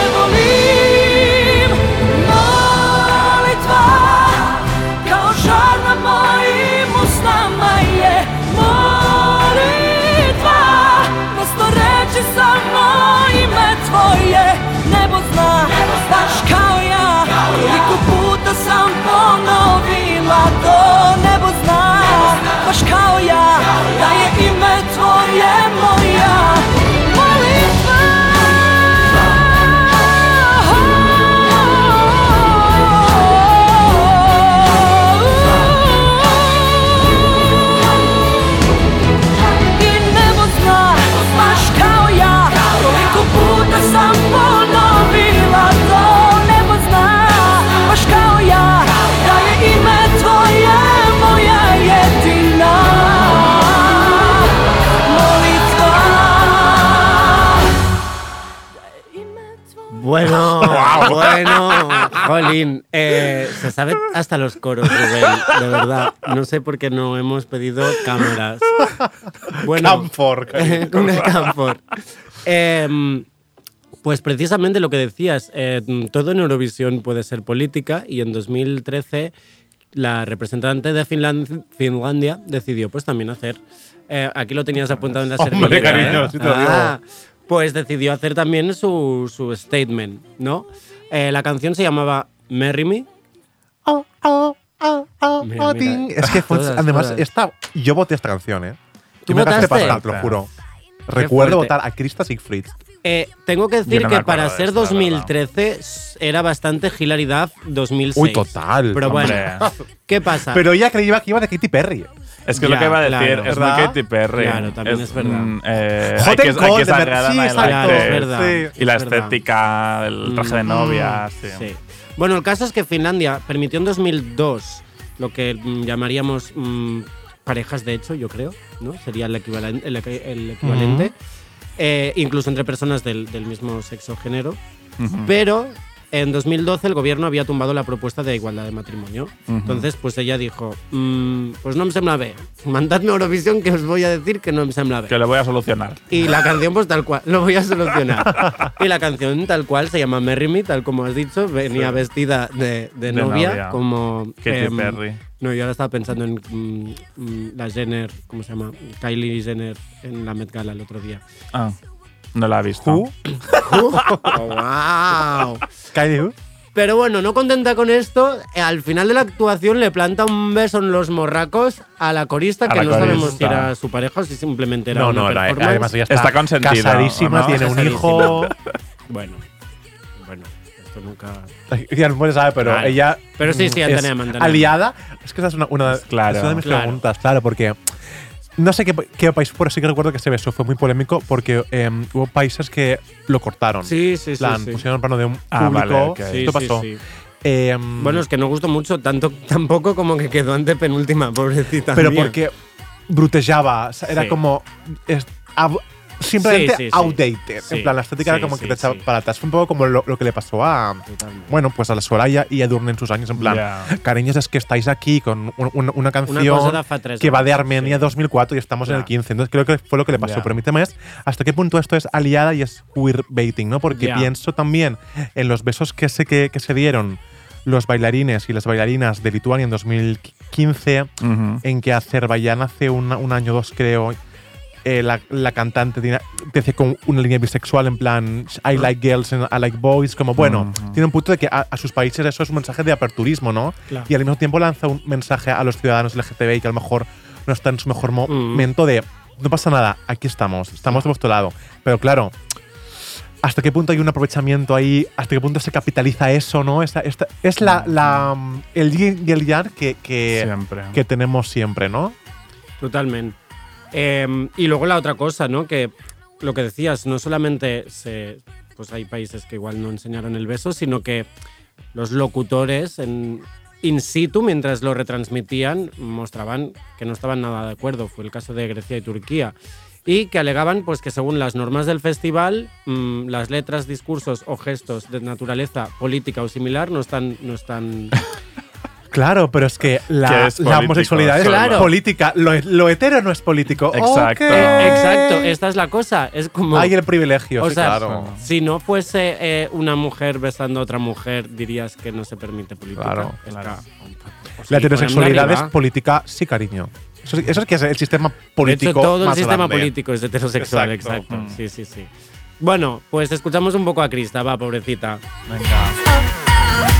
volim. Molitva kao žar na mojim usnama je molitva. Mesto reči samo ime tvoje, nebo zna, baš kao ja. Koliko puta sam ponovila to, nebo zna, baš kao ja, da je ime tvoje moja molitva. I nebo zna, baš kao ja, koliko puta sam ponovila to, nebo zna, baš kao ja, da je ime tvoje moja jedina molitva. Bueno, bueno, Jolín, eh, se sabe hasta los coros, Rubén, de verdad. No sé por qué no hemos pedido cámaras. Bueno, Camfor. una Camfor. Em, pues precisamente lo que decías, eh, todo en Eurovisión puede ser política y en dos mil trece la representante de Finland- Finlandia decidió pues también hacer, eh, aquí lo tenías apuntado en la Hombre, servilleta, cariño, ¿eh? sí te lo Ah, pues decidió hacer también su, su statement, ¿no? Eh, la canción se llamaba Marry Me. Oh, oh, oh, oh, Mira, oh, mira. ding. Es que fue, Todas, además, todas. esta, yo voté esta canción, ¿eh? ¿Tú Y me gasté votaste? pasta, te lo juro. Recuerdo fuerte. votar a Krista Siegfried. Eh, tengo que decir Yo no me que para acuerdo de ser esto, la dos mil trece s- era bastante Hilary Duff dos mil seis. Uy, total. Pero bueno, Hombre. ¿qué pasa? Pero ella creía que iba de Katy Perry. Es que Ya, lo que iba a decir claro. es muy ¿Verdad? Katy Perry. Claro, también es verdad. mm, eh, Hot hay que, and hay que cold, de sacar ver- sí, adelante. exacto, es verdad. Sí. Y la Es verdad. estética, el traje de Mm, novia. Sí. sí. Bueno, el caso es que Finlandia permitió en dos mil dos lo que mm, llamaríamos mm, parejas de hecho, yo creo, ¿no? Sería el equivalente, el, equi- el equivalente. Eh, incluso entre personas del, del mismo sexo o género. Ujú. Pero en dos mil doce el gobierno había tumbado la propuesta de igualdad de matrimonio. Ujú. Entonces, pues ella dijo, "Mm, pues no me sembla bé. Mandadme a Eurovisión que os voy a decir que no me sembla bé. Que lo voy a solucionar. Y la canción, pues tal cual, lo voy a solucionar. Y la canción, tal cual, se llama Marry Me, tal como has dicho. Venía Sí. vestida de, de De novia, novia. como. Katy em, Perry. No, yo ahora estaba pensando en mm, mm, la Jenner, ¿cómo se llama? Kylie Jenner en la Met Gala el otro día. Ah, no la he visto. Who? ¡Wow! Kylie Who? Pero bueno, no contenta con esto, eh, al final de la actuación le planta un beso en los morracos a la corista, A que la no sabemos corista. si era su pareja o si simplemente era No, una no, la- performance. además ella está, Está consentida, casadísima, ¿o no? tiene un Casadísima. hijo. Bueno, bueno, esto eso nunca. Ya no se sabe, pero Claro. ella. Pero sí, sí, es entenem, entenem. aliada. Es que esa es una, una, Claro. es una de mis Claro. preguntas, claro, porque. No sé qué, qué país, pero sí que recuerdo que ese beso fue muy polémico porque eh, hubo países que lo cortaron. Sí, sí, sí. plan, sí. pusieron en plano de un Ah, público. vale, ok. Sí, Esto sí, pasó. sí. Eh, Bueno, es que no gustó mucho, tanto, tampoco como que quedó ante penúltima, pobrecita. pero mía. porque brutejaba. O sea, era Sí. como. Es, ab- simplemente Sí, sí, sí. outdated. Sí, En plan, la estética sí, era como sí, que te echaba sí. para atrás. Fue un poco como lo, lo que le pasó a. Totalmente. Bueno, pues a la Soraya y a Edurne en sus años. En plan, Ya. cariños, es que estáis aquí con un- un- una canción Una cosa de fa tres que va de años, Armenia sí. dos mil cuatro y estamos en el Ya. quince. Entonces creo que fue lo que le pasó. Ya. Pero mi tema es hasta qué punto esto es aliada y es queerbaiting, ¿no? Porque Ya. pienso también en los besos que se, que, que se dieron los bailarines y las bailarinas de Lituania en dos mil quince, Ujú. en que Azerbaiyán hace una- un año o dos, creo, eh, la, la cantante tiene, dice con una línea bisexual en plan I like girls and I like boys, como bueno, Ujú. tiene un punto de que a, a sus países eso es un mensaje de aperturismo, ¿no? Claro. Y al mismo tiempo lanza un mensaje a los ciudadanos L G T B I que a lo mejor no están en su mejor mo- Mm. momento de no pasa nada, aquí estamos, estamos de vuestro lado. Pero claro, ¿hasta qué punto hay un aprovechamiento ahí? ¿Hasta qué punto se capitaliza eso, no? Esta, esta, es la, la, mm, el yin y el yang que, que, Siempre. que tenemos siempre, ¿no? Totalmente. Eh, y luego la otra cosa, ¿no? Que lo que decías, no solamente se, pues hay países que igual no enseñaron el beso, sino que los locutores en in situ, mientras lo retransmitían, mostraban que no estaban nada de acuerdo. Fue el caso de Grecia y Turquía. Y que alegaban pues, que según las normas del festival, mmm, las letras, discursos o gestos de naturaleza política o similar no están… No están Claro, pero es que la, Que es la político, homosexualidad es Claro. política. Lo, lo hetero no es político. Exacto. Ok. Eh, exacto, esta es la cosa. Es como… Hay el privilegio, O sí, sea, claro. si no fuese eh, una mujer besando a otra mujer, dirías que no se permite política. Claro, Es claro. que- pues La sí, heterosexualidad ponedme es arriba. política, sí, cariño. Eso, es- eso es que es el sistema De político hecho, todo el más sistema grande. político es heterosexual, Exacto. exacto. Sí, sí, sí. Bueno, pues escuchamos un poco a Krista, va, pobrecita. Venga.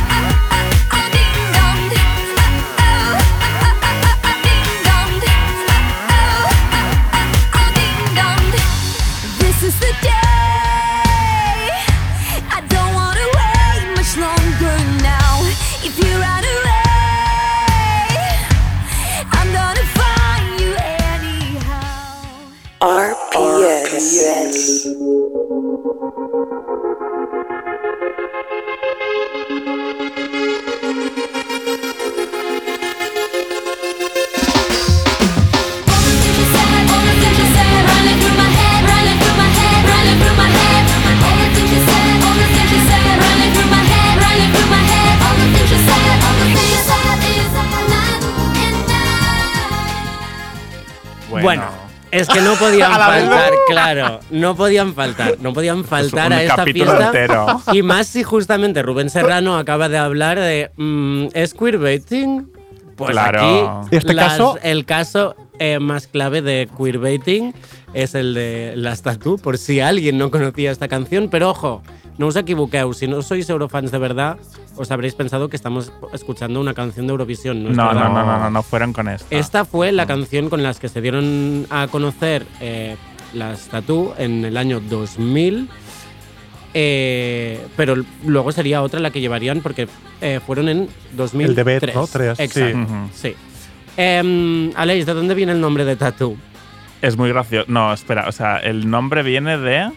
This is the day. I don't want to wait much longer now. If you're out of way, I'm gonna find you anyhow. R P S. Bueno, es que no podían A la vez, faltar, claro, no podían faltar, no podían faltar un a esta capítulo fiesta. entero. Y más si justamente Rubén Serrano acaba de hablar de mm, ¿es queerbaiting? Pues Claro. aquí Este las- caso- el caso eh, más clave de queerbaiting es el de Las Tatú, por si alguien no conocía esta canción, pero ojo, no os equivoqueu, si no sois eurofans de verdad, os habréis pensado que estamos escuchando una canción de Eurovisión. No, es No, verdad. no, no, no, no, no fueron con esta. Esta fue la canción con las que se dieron a conocer eh, las Tatú en el año dos mil. Eh, pero luego sería otra la que llevarían porque eh, fueron en dos mil tres. El debut, ¿no? Tres, sí. Exacto, Ujú. sí. Em, Aleix, ¿de dónde viene el nombre de Tatú? Es muy gracioso. No, espera, o sea, el nombre viene de.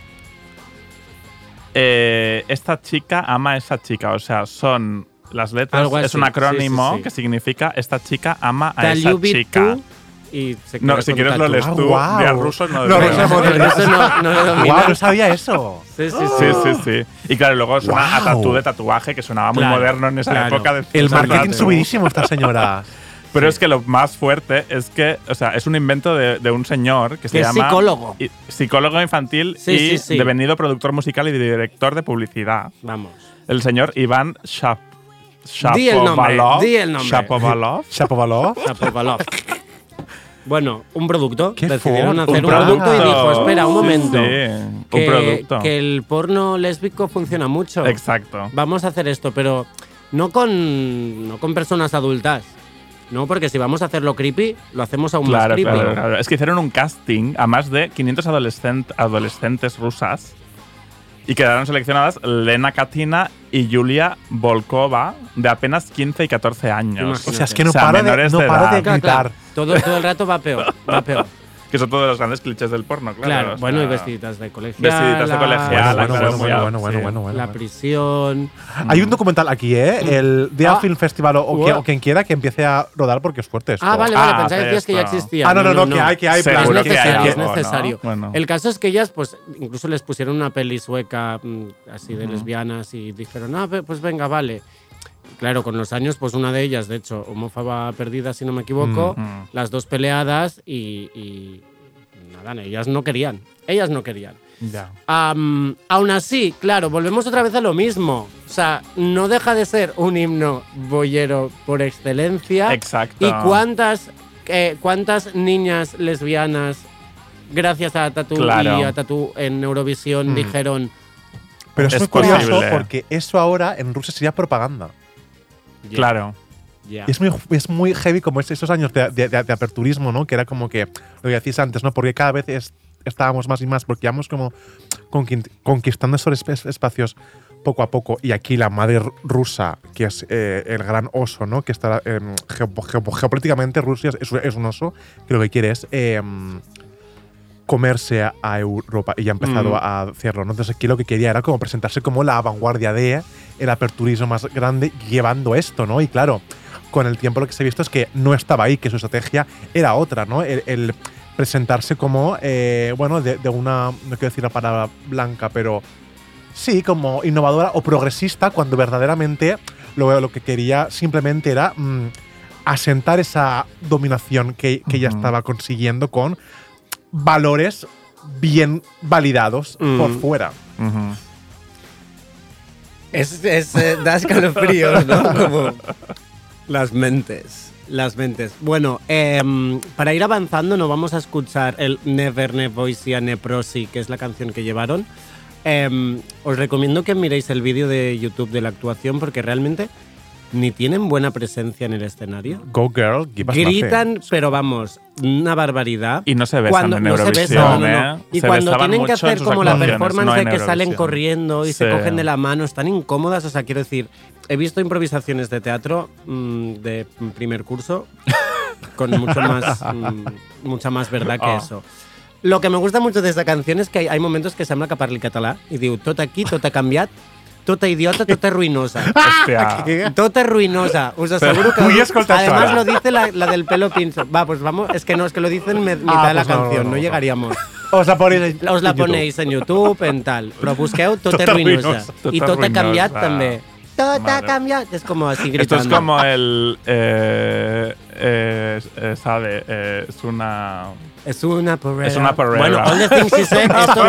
eh, esta chica ama a esa chica. O sea, son las letras. Algo Es así, un acrónimo sí, sí, sí. que significa esta chica ama a Tal esa you be chica. tú y se No, queda si con quieres lo Tatú. lees Ah, tú. guau. De ruso no. No, de- ruso no. El ruso no, no lo domina. Guau, no sabía eso. Sí, sí, Sí, sí. sí, sí. Y claro, luego suena a Guau. tatú de tatuaje, que sonaba muy Claro, moderno en esa claro. época. De El usar marketing tatú. subidísimo esta señora. Pero es que lo más fuerte es que, o sea, es un invento de, de un señor que se Que es llama. psicólogo. y- psicólogo infantil Sí, y sí, sí. devenido productor musical y director de publicidad. Vamos. El señor Iván Shap Di el nombre, Shapovalov. di el nombre. Shapovalov. Shapovalov. Shapovalov. Bueno, un producto. Qué Decidieron fuerte. hacer Un un producto y producto. dijo, espera, un Sí, momento. sí, que, un producto. que el porno lésbico funciona mucho. Exacto. Vamos a hacer esto, pero no con, no con personas adultas. No, porque si vamos a hacerlo creepy, lo hacemos aún Claro, más creepy. claro, claro. Es que hicieron un casting a más de quinientos adolescent- adolescentes rusas Y quedaron seleccionadas Lena Katina y Yulia Volkova, de apenas quince y catorce años. Imagínate. O sea, es que no O sea, paro de, menores no de paro de edad. Claro, gritar. claro. Todo, todo el rato va peor, va peor. Que son todos los grandes clichés del porno, claro. Claro, o sea, bueno, y vestiditas de colegio. Vestiditas de colegiala, Bueno, claro, bueno, sí, bueno, bueno, sí. bueno, bueno, bueno, La bueno. prisión. Hay un documental aquí, ¿eh? El Dea Ah. Film Festival o, o, Wow. que- o quien quiera que empiece a rodar porque es fuerte esto. Ah, vale, vale, Ah, pensaba que decías que ya esto. existía. Ah, no, no, no, que hay, que hay, Seguro Es plan, que hay necesario, es algo, ¿no? necesario. Bueno. El caso es que ellas, pues, incluso les pusieron una peli sueca mm, así de Ujú. lesbianas y dijeron, ah, ve- pues venga, vale. Claro, con los años, pues una de ellas, de hecho, homófoba perdida, si no me equivoco, Mm. las dos peleadas y, y nada, ellas no querían. Ellas no querían. Ya. Am, aún así, claro, volvemos otra vez a lo mismo. O sea, no deja de ser un himno boyero por excelencia. Exacto. ¿Y cuántas, eh, cuántas niñas lesbianas, gracias a Tatu Claro. y a Tatu en Eurovisión, Mm. dijeron… Pero es, Es muy curioso posible. porque eso ahora en Rusia sería propaganda. "Ya, Claro. ya". Y es muy, es muy heavy como es- esos años de, de- de- de aperturismo, ¿no? Que era como que, lo que decís antes, ¿no? Porque cada vez es- estábamos más y más, porque íbamos como conquin- conquistando esos esp- espacios poco a poco. Y aquí la madre ru- rusa, que es eh, el gran oso, ¿no? Que está eh, geo- geo- geopolíticamente Rusia es, es un oso que lo que quiere es eh, comerse a, a Europa y ya ha empezado Mm. a hacerlo, ¿no? Entonces aquí lo que quería era como presentarse como la vanguardia de el aperturismo más grande llevando esto, ¿no? Y claro, con el tiempo lo que se ha visto es que no estaba ahí, que su estrategia era otra, ¿no? El, el presentarse como, eh, bueno, de, de una, no quiero decir la palabra blanca, pero sí, como innovadora o progresista, cuando verdaderamente lo, lo que quería simplemente era mm, asentar esa dominación que, que ya Ujú. estaba consiguiendo con valores bien validados Mm. por fuera. Ujú. Es, es eh, da escalofríos, ¿no? Como las mentes. Las mentes. Bueno, em, para ir avanzando, no vamos a escuchar el Never Ne Voicia Ne Prosi, que es la canción que llevaron. Em, os recomiendo que miréis el vídeo de YouTube de la actuación porque realmente ni tienen buena presencia en el escenario. Go girl, give us Gritan, pero vamos, una barbaridad. Y no se besan Cuando en no se Eurovisión, besan, no, no, no. ¿eh? Y Se cuando besaban tienen que mucho en hacer sus como la actuaciones, performance no de en que salen Eurovisión. corriendo y se Sí. cogen de la mano, están incómodas, o sea, quiero decir, he visto improvisaciones de teatro mmm, de primer curso con mucho más, mmm, mucha más verdad que Oh. eso. Lo que me gusta mucho de esta canción es que hay, hay momentos que sembla que parli català i diu tot aquí, tot ha canviat, tota idiota, tota ruïnosa. Hostia. Tota ruïnosa. Us aseguro que. Vull escoltar Además això ara. lo dice la, la del pelo pincho. Va, pues vamos. Es que no, es que lo dice en me- mitad Ah, de la pues no, no, canción. No, no, no. llegaríamos. Os la ponéis en, Os la en YouTube. ponéis en YouTube, en tal. Però busqueu tota Tota ruïnosa. ruïnosa. I Tota tot ha canviat ruïnosa. també. Tot ha Madre. canviat. És com así Esto gritando. es como el. Eh, eh, eh, sabe, eh, es una. Es una porrera. Es una porrera. Bueno, all the things she said. Esto,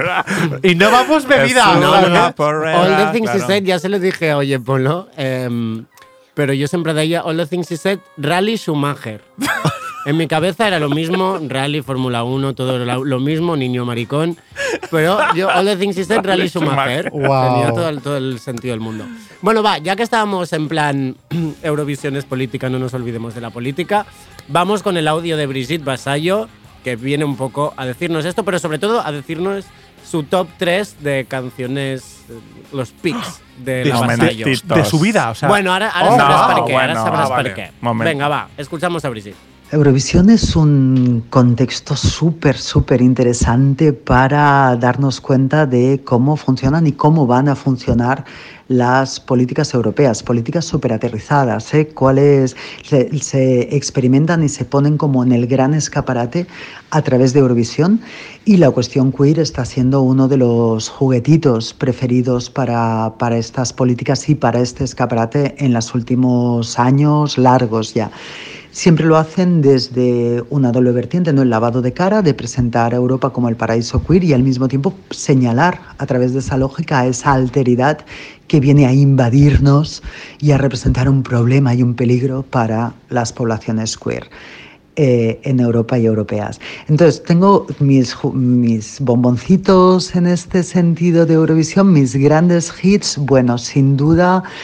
Y no vamos bebida. Es No, una no, no. porrera, All the things she claro. said, ya se lo dije a Oye Polo, em, pero yo siempre de ella, All the things she said, Rally Schumacher. En mi cabeza era lo mismo, Rally, Fórmula uno, todo lo, lo mismo, niño maricón. Pero yo, All the things she said, Rally Schumacher. Wow. Tenía todo el, todo el sentido del mundo. Bueno, va, ya que estábamos en plan Eurovisión es política, no nos olvidemos de la política, vamos con el audio de Brigitte Vasallo, que viene un poco a decirnos esto, pero sobre todo a decirnos su top tres de canciones, eh, los picks de la Vasallo. Momentitos. De su vida, o sea. Bueno, ahora, ahora Oh, sabrás no, por qué, ahora bueno, sabrás ah, por vale. qué. Momento. Venga, va, escuchamos a Brigitte. Eurovisión es un contexto súper, súper interesante para darnos cuenta de cómo funcionan y cómo van a funcionar las políticas europeas, políticas súper aterrizadas, ¿eh? Cuáles se, se experimentan y se ponen como en el gran escaparate a través de Eurovisión, y la cuestión queer está siendo uno de los juguetitos preferidos para, para estas políticas y para este escaparate en los últimos años largos ya. Siempre lo hacen desde una doble vertiente, ¿no? El lavado de cara, de presentar a Europa como el paraíso queer y al mismo tiempo señalar a través de esa lógica a esa alteridad que viene a invadirnos y a representar un problema y un peligro para las poblaciones queer eh, en Europa y europeas. Entonces, tengo mis, ju- mis bomboncitos en este sentido de Eurovisión, mis grandes hits, bueno, sin duda…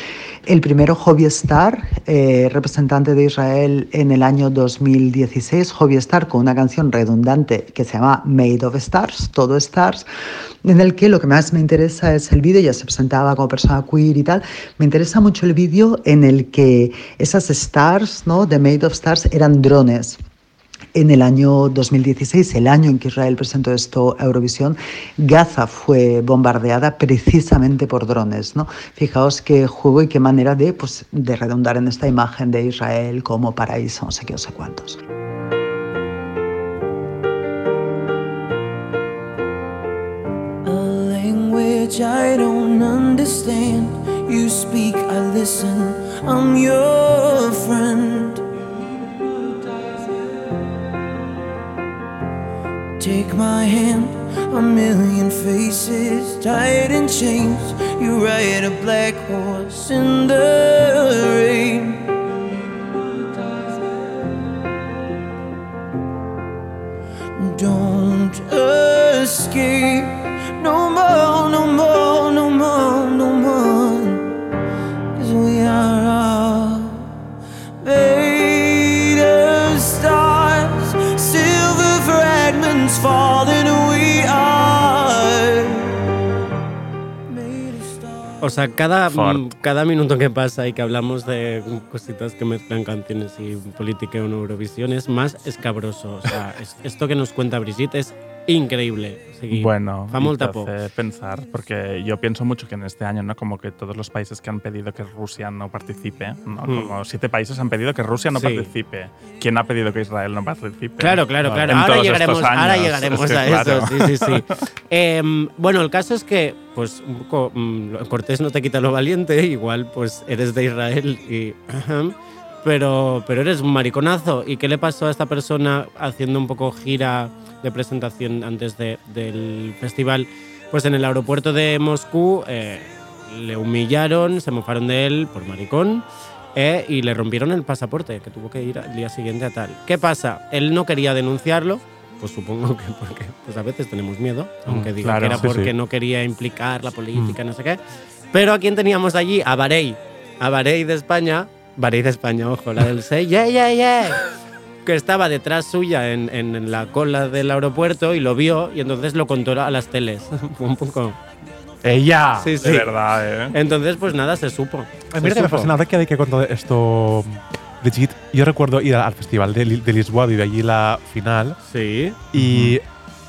El primero, Hobby Star, eh, representante de Israel en el año dos mil dieciséis, Hobby Star con una canción redundante que se llama Made of Stars, todo Stars, en el que lo que más me interesa es el vídeo, ya se presentaba como persona queer y tal, me interesa mucho el vídeo en el que esas stars, ¿no?, de Made of Stars eran drones. En el año dos mil dieciséis, el año en que Israel presentó esto a Eurovisión, Gaza fue bombardeada precisamente por drones, ¿no? Fijaos qué juego y qué manera de, pues, de redundar en esta imagen de Israel como paraíso, no sé qué, no sé cuántos. A language I don't understand. You speak, I listen. I'm your friend. Take my hand, a million faces tied in chains. You ride a black horse in the rain. Don't escape, no more, no more, no more, no more. 'Cause we are all made of stars, silver fragments falling, we are made of stars. O sea, cada, Fort. cada minuto que pasa y que hablamos de cositas que mezclan canciones y política en Eurovisión es más escabroso. O sea, es- esto que nos cuenta Brigitte es increíble. O sigui, Bueno, fa y molta te por. hace pensar, porque yo pienso mucho que en este año, ¿no? Como que todos los países que han pedido que Rusia no participe, ¿no? Mm. Como siete países han pedido que Rusia no Sí. participe. ¿Quién ha pedido que Israel no participe? Claro, claro, claro. En Ahora todos llegaremos, estos ahora años. llegaremos Es que, a claro. eso. Sí, sí, sí. Em, bueno, el caso es que, pues, un poco, mm, Cortés no te quita lo valiente, igual, pues, eres de Israel y. Ajá, pero, pero eres un mariconazo. ¿Y qué le pasó a esta persona haciendo un poco gira de presentación antes de- del festival? Pues en el aeropuerto de Moscú eh, le humillaron, se mofaron de él por maricón. Eh, y le rompieron el pasaporte, que tuvo que ir al día siguiente a tal. ¿Qué pasa? Él no quería denunciarlo, pues supongo que porque pues a veces tenemos miedo, aunque diga claro, que era sí, porque sí. no quería implicar la política, no sé qué. Pero ¿a quién teníamos allí? A Barey. A Barey de España. Barey de España, ojo, la del Say, yeah, yeah, yeah. Que estaba detrás suya en, en- en la cola del aeropuerto y lo vio y entonces lo contó a las teles. Fue un poco. ¡Ella! Sí, sí. De verdad, ¿eh? Entonces, pues nada, se supo. A mí Se me supo. fascina de que de que con todo esto, Brigitte, yo recuerdo ir al festival de, Li- de Lisboa, viví allí la final, Sí. y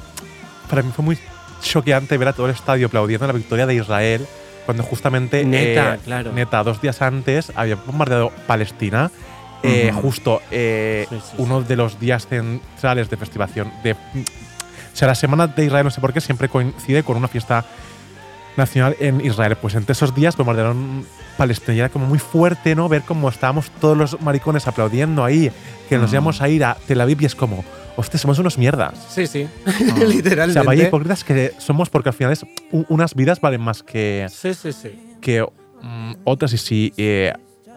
para mí fue muy choqueante ver a todo el estadio aplaudiendo la victoria de Israel, cuando justamente, Neta, eh, claro. neta, dos días antes había bombardeado Palestina. Eh, Ujú. Justo eh, Sí, sí, uno de los días centrales de festivación. De, o sea, la semana de Israel, no sé por qué, siempre coincide con una fiesta nacional en Israel. Pues entre esos días bombardearon Palestina y era como muy fuerte, ¿no? Ver cómo estábamos todos los maricones aplaudiendo ahí, que nos Mm. íbamos a ir a Tel Aviv y es como, hostia, somos unos mierdas. Sí, sí. O Literalmente. sea, vaya hipócritas que somos porque al final es u- unas vidas valen más que, Sí, sí, sí. que mm, otras y si eh,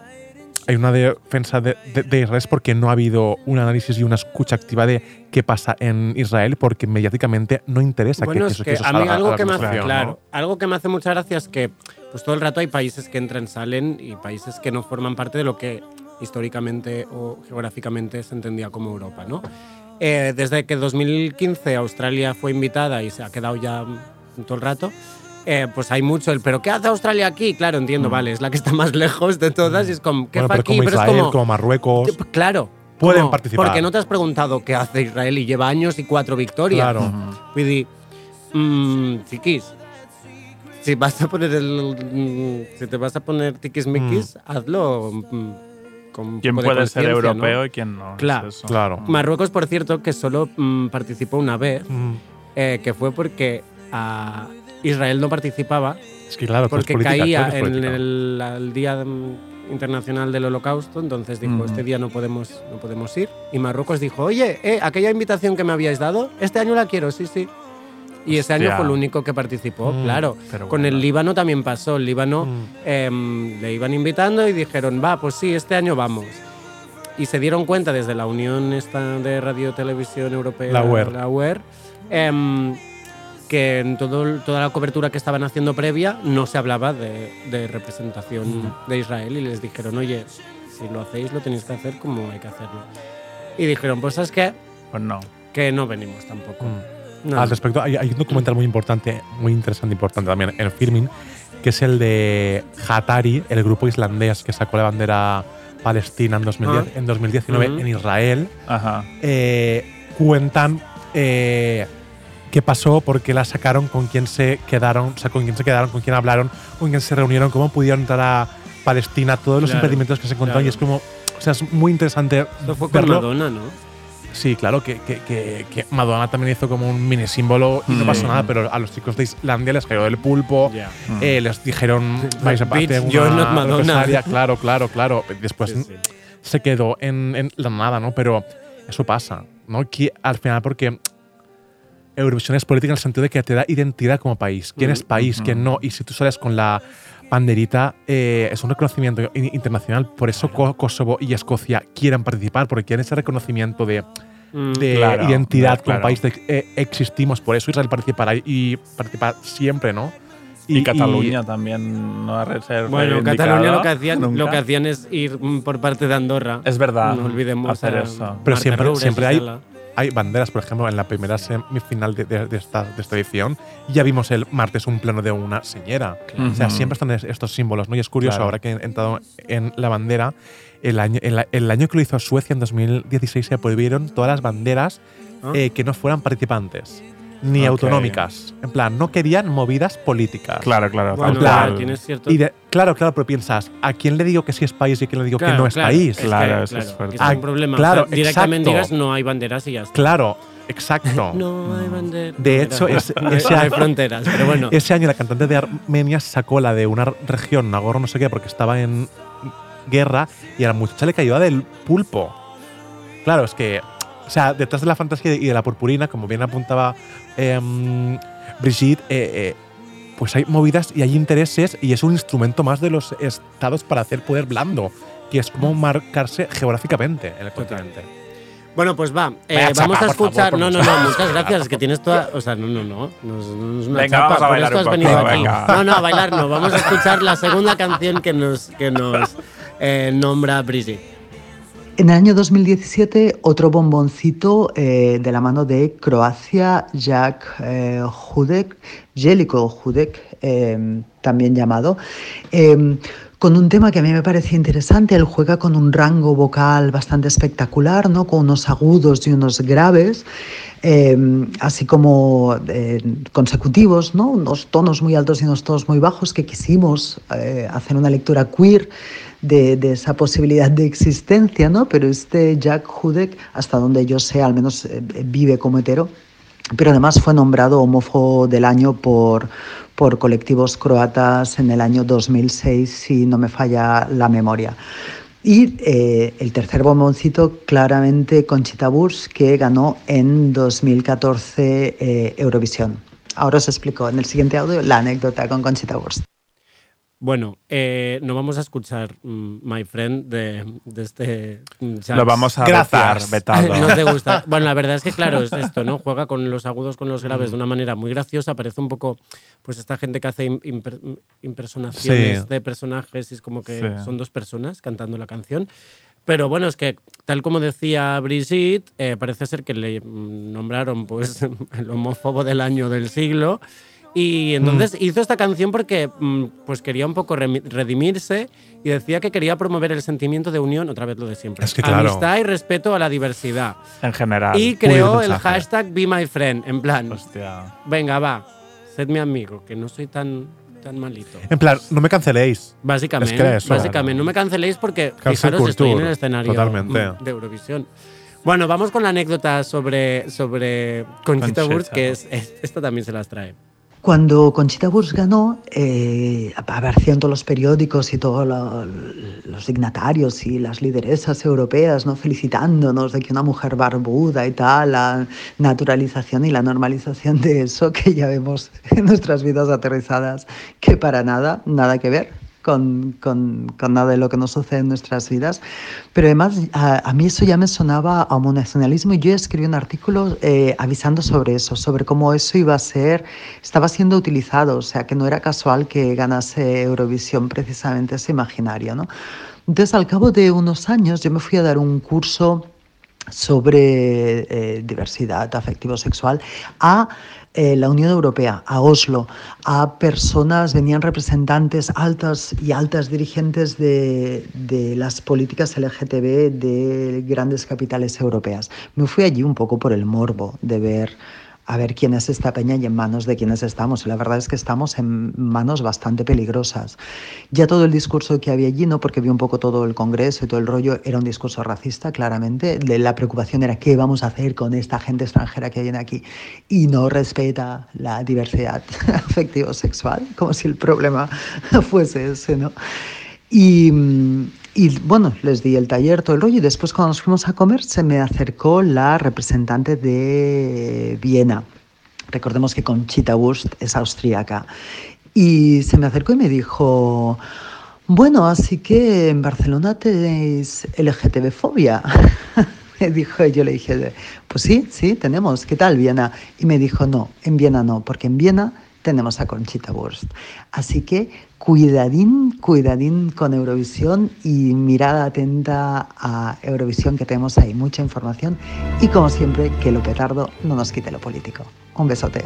hay una defensa de, de- de Israel es porque no ha habido un análisis y una escucha activa de qué pasa en Israel porque mediáticamente no interesa Bueno, que, es eso, que que eso a mí salga algo la que me hace, conversación, claro, ¿no? algo que me hace mucha gracia es que pues todo el rato hay países que entran, salen y países que no forman parte de lo que históricamente o geográficamente se entendía como Europa, ¿no? Eh, desde que dos mil quince Australia fue invitada y se ha quedado ya mm, todo el rato, eh, pues hay mucho el ¿pero qué hace Australia aquí? Claro, entiendo, vale, es la que está más lejos de todas y es como ¿qué Bueno, fa pero aquí? como Pero Israel, es como, como Marruecos, claro. pueden como, participar. Porque no te has preguntado qué hace Israel y lleva años y cuatro victorias. Claro. Vull dir, mm, chiquis, si vas a poner el, mm, si te vas a poner tiquismiquis, hazlo mm, con un ¿Quién poco de puede ser conciencia, europeo ¿no? y quién no? Claro. Es eso. Claro. Marruecos, por cierto, que solo mm, participó una vez, Mm. eh, que fue porque ah, Israel no participaba Es que claro, todo es porque política, todo caía es en política. el, el Día mm, Internacional del Holocausto, entonces dijo, Ujú. este día no podemos, no podemos ir. Y Marruecos dijo, oye, eh, aquella invitación que me habíais dado, este año la quiero, sí, sí. Y ese año Hostia. fue el único que participó, Mm, claro. pero Con bueno. el Líbano también pasó. El Líbano Mm. em, le iban invitando y dijeron, va, pues sí, este año vamos. Y se dieron cuenta desde la Unión esta de Radio Televisión Europea, La U E R. la U E R, em, que en todo, toda la cobertura que estaban haciendo previa no se hablaba de, de representación mm. de Israel y les dijeron, oye, si lo hacéis lo tenéis que hacer como hay que hacerlo. Y dijeron, pues ¿sabes qué? Pues no. Que no venimos tampoco. Mm. No. Al respecto, hay, hay un documental muy importante, muy interesante, importante también en Filmin, que es el de Hatari, el grupo islandés que sacó la bandera palestina en, dos mil diez, ah. en dos mil diecinueve uh-huh. en Israel. Ajá. Eh, cuentan eh, qué pasó, por qué la sacaron, con quién se quedaron, o sea, con quién se quedaron, con quién hablaron, con quién se reunieron, cómo pudieron entrar a Palestina, todos los claro, impedimentos que se encontraron. Claro. Y es como, o sea, es muy interesante. Esto fue con Madonna, ¿no? Sí, claro, que, que, que, que Madonna también hizo como un mini símbolo y mm. no pasó nada, pero a los chicos de Islandia les cayó el pulpo, yeah. mm. eh, les dijeron, vais a hacer una represalia, claro, claro, claro. Después sí, sí. se quedó en, en la nada, ¿no? Pero eso pasa, ¿no? Que al final, porque Eurovisión es política en el sentido de que te da identidad como país. ¿Quién mm. es país? Mm. ¿Quién no? Y si tú sales con la banderita, eh, es un reconocimiento internacional. Por eso Kosovo y Escocia quieren participar, porque quieren ese reconocimiento de, de claro, identidad claro. como país. De, eh, existimos, por eso Israel participará y participa siempre, ¿no? Y, y Cataluña y, también no ha de ser Bueno, Cataluña lo que, hacían, lo que hacían es ir por parte de Andorra. Es verdad. No olvidemos hacer a, eso. Pero Marta siempre, siempre hay… Hay banderas, por ejemplo, en la primera semifinal de, de, de, esta, de esta edición ya vimos el martes un plano de una señora. Claro. O sea, siempre están estos símbolos, ¿no? Y es curioso, claro. ahora que he entrado en la bandera, el año, el, el año que lo hizo Suecia, en dos mil dieciséis, se prohibieron todas las banderas ¿Ah? eh, que no fueran participantes. Ni okay. autonómicas. En plan, no querían movidas políticas. Claro, claro. Bueno, plan, claro, tienes cierto… Y de, claro, claro, pero piensas, ¿a quién le digo que sí es país y a quién le digo claro, que no es claro, país? Es claro, que, eso claro, es fuerte. Es un problema. Claro, o sea, directamente exacto. digas no hay banderas y ya está. Claro, exacto. No hay banderas. De hecho, es, ese no hay fronteras, pero bueno. Ese año la cantante de Armenia sacó la de una región, Nagorno no sé qué, porque estaba en guerra y a la muchacha le cayó del pulpo. Claro, es que… O sea, detrás de la fantasía y de la purpurina, como bien apuntaba eh, Brigitte, eh, eh, pues hay movidas y hay intereses y es un instrumento más de los estados para hacer poder blando, que es como marcarse geográficamente en el continente. Bueno, pues va. Eh, Vaya vamos chapa, a escuchar… por favor, no, no, no, muchas gracias. Es que tienes toda… O sea, no, no, no. No es, no es una venga, chapa. Vamos a bailar por esto un has venido poco, aquí. venga. No, no, a bailar no. Vamos a escuchar la segunda canción que nos, que nos eh, nombra Brigitte. En el año dos mil diecisiete, otro bomboncito eh, de la mano de Croacia, Jak eh, Hudek, Jelko Hudek, eh, también llamado, eh, con un tema que a mí me parece interesante. Él juega con un rango vocal bastante espectacular, ¿no? Con unos agudos y unos graves, eh, así como eh, consecutivos, ¿no? Unos tonos muy altos y unos tonos muy bajos, que quisimos eh, hacer una lectura queer De, de esa posibilidad de existencia, ¿no? Pero este Jak Hudek, hasta donde yo sé, al menos eh, vive como hetero, pero además fue nombrado homófobo del año por, por colectivos croatas en el año dos mil seis, si no me falla la memoria. Y eh, el tercer bomboncito, claramente Conchita Wurst, que ganó en dos mil catorce eh, Eurovisión. Ahora os explico en el siguiente audio la anécdota con Conchita Wurst. Bueno, eh, no vamos a escuchar um, My Friend de, de este… Jax. Lo vamos a vetar, vetado. No te gusta. Bueno, la verdad es que claro, es esto, ¿no? Juega con los agudos, con los graves de una manera muy graciosa. Parece un poco, pues esta gente que hace imper, impersonaciones sí. de personajes y es como que sí. son dos personas cantando la canción. Pero bueno, es que tal como decía Brigitte, eh, parece ser que le nombraron pues el homófobo del año del siglo. Y entonces mm. hizo esta canción porque pues quería un poco redimirse y decía que quería promover el sentimiento de unión, otra vez lo de siempre. Es que claro. Amistad y respeto a la diversidad. En general. Y creó el hashtag Be My Friend, en plan, hostia. Venga, va, sed mi amigo, que no soy tan, tan malito. En plan, no me canceléis. Básicamente, es que eso, básicamente no me canceléis porque, Cancel fijaros, culture, estoy en el escenario totalmente. de Eurovisión. Bueno, vamos con la anécdota sobre, sobre Conchita Wurst, que es, es, esta también se las trae. Cuando Conchita Wurst ganó, eh, aparecieron todos los periódicos y todos lo, los dignatarios y las lideresas europeas, ¿no? Felicitándonos de que una mujer barbuda y tal, la naturalización y la normalización de eso, que ya vemos en nuestras vidas aterrizadas, que para nada, nada que ver. con, con, con nada de lo que nos sucede en nuestras vidas. Pero además, a, a mí eso ya me sonaba a homonacionalismo y yo escribí un artículo eh, avisando sobre eso, sobre cómo eso iba a ser, estaba siendo utilizado, o sea, que no era casual que ganase Eurovisión precisamente ese imaginario, ¿no? Entonces, al cabo de unos años, yo me fui a dar un curso sobre eh, diversidad afectivo-sexual a eh, la Unión Europea, a Oslo, a personas, venían representantes altas y altas dirigentes de, de las políticas L G T B de grandes capitales europeas. Me fui allí un poco por el morbo de ver a ver quién es esta peña y en manos de quiénes estamos. Y la verdad es que estamos en manos bastante peligrosas. Ya todo el discurso que había allí, ¿no? Porque vi un poco todo el congreso y todo el rollo, era un discurso racista, claramente. La preocupación era qué vamos a hacer con esta gente extranjera que viene aquí y no respeta la diversidad afectivo-sexual, como si el problema fuese ese, ¿no? Y... Y bueno, les di el taller, todo el rollo, y después cuando nos fuimos a comer se me acercó la representante de Viena. Recordemos que Conchita Wurst es austríaca. Y se me acercó y me dijo, bueno, así que en Barcelona tenéis L G T B-fobia. Me dijo, y yo le dije, pues sí, sí, tenemos. ¿Qué tal Viena? Y me dijo, no, en Viena no, porque en Viena tenemos a Conchita Wurst. Así que cuidadín, cuidadín con Eurovisión y mirada atenta a Eurovisión, que tenemos ahí mucha información. Y como siempre, que lo petardo no nos quite lo político. Un besote.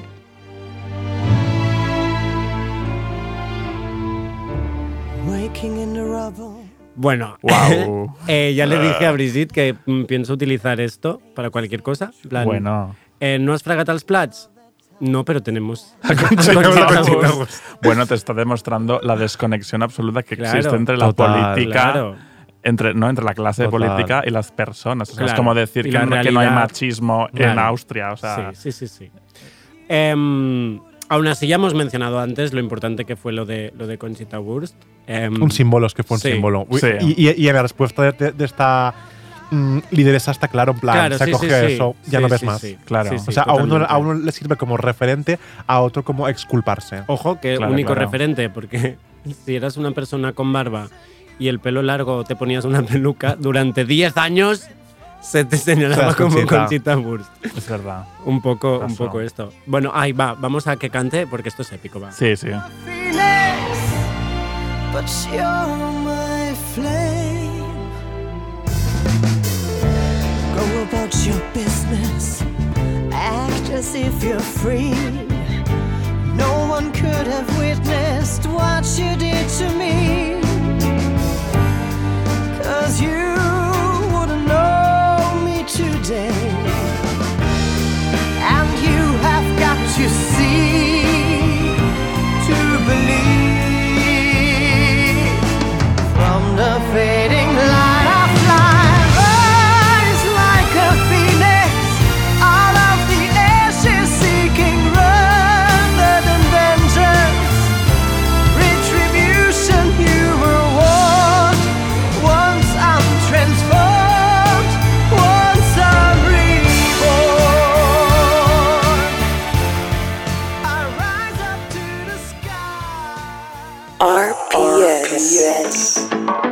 Bueno, wow. eh, ya le dije a Brigitte que mm, pienso utilizar esto para cualquier cosa. En plan, Bueno. Eh, ¿No es Fragata als Plats? No, pero tenemos. Bueno, te está demostrando la desconexión absoluta que Claro, existe entre la total, política, claro. entre, ¿no? entre la clase Total. política y las personas. O sea, Claro. es como decir Y que, la no- que no hay realidad. machismo en Claro. Austria. O sea, Sí, sí, sí. sí. Em, aún así, ya hemos mencionado antes lo importante que fue lo de, lo de Conchita Wurst. Em, Un símbolo, es que fue un sí. símbolo. Uy, Sí. Y, y, y en la respuesta de, de- de esta mm, lideresa está claro, en plan, Claro, se sí, acoge sí, sí. eso, ya Sí, no ves sí, más. sí. Claro. Sí, sí, O sea, a uno, totalmente. a uno le sirve como referente, a otro como exculparse. Ojo, que Claro, único claro. referente, porque si eras una persona con barba y el pelo largo te ponías una peluca, durante diez años se te señalaba Seas como Conchita. Conchita Wurst. es verdad. Un poco, un Pasó. poco esto. Bueno, ahí va, vamos a que cante porque esto es épico, va. Sí, sí. But you're my flame. Go about your business, act as if you're free. No one could have witnessed what you did to me. 'Cause you wouldn't know me today. And you have got to see to believe. From the fading light I fly, rise like a phoenix out of the ashes, seeking rather than vengeance, retribution you will want. Once I'm transformed, once I'm reborn, I rise up to the sky. R P S.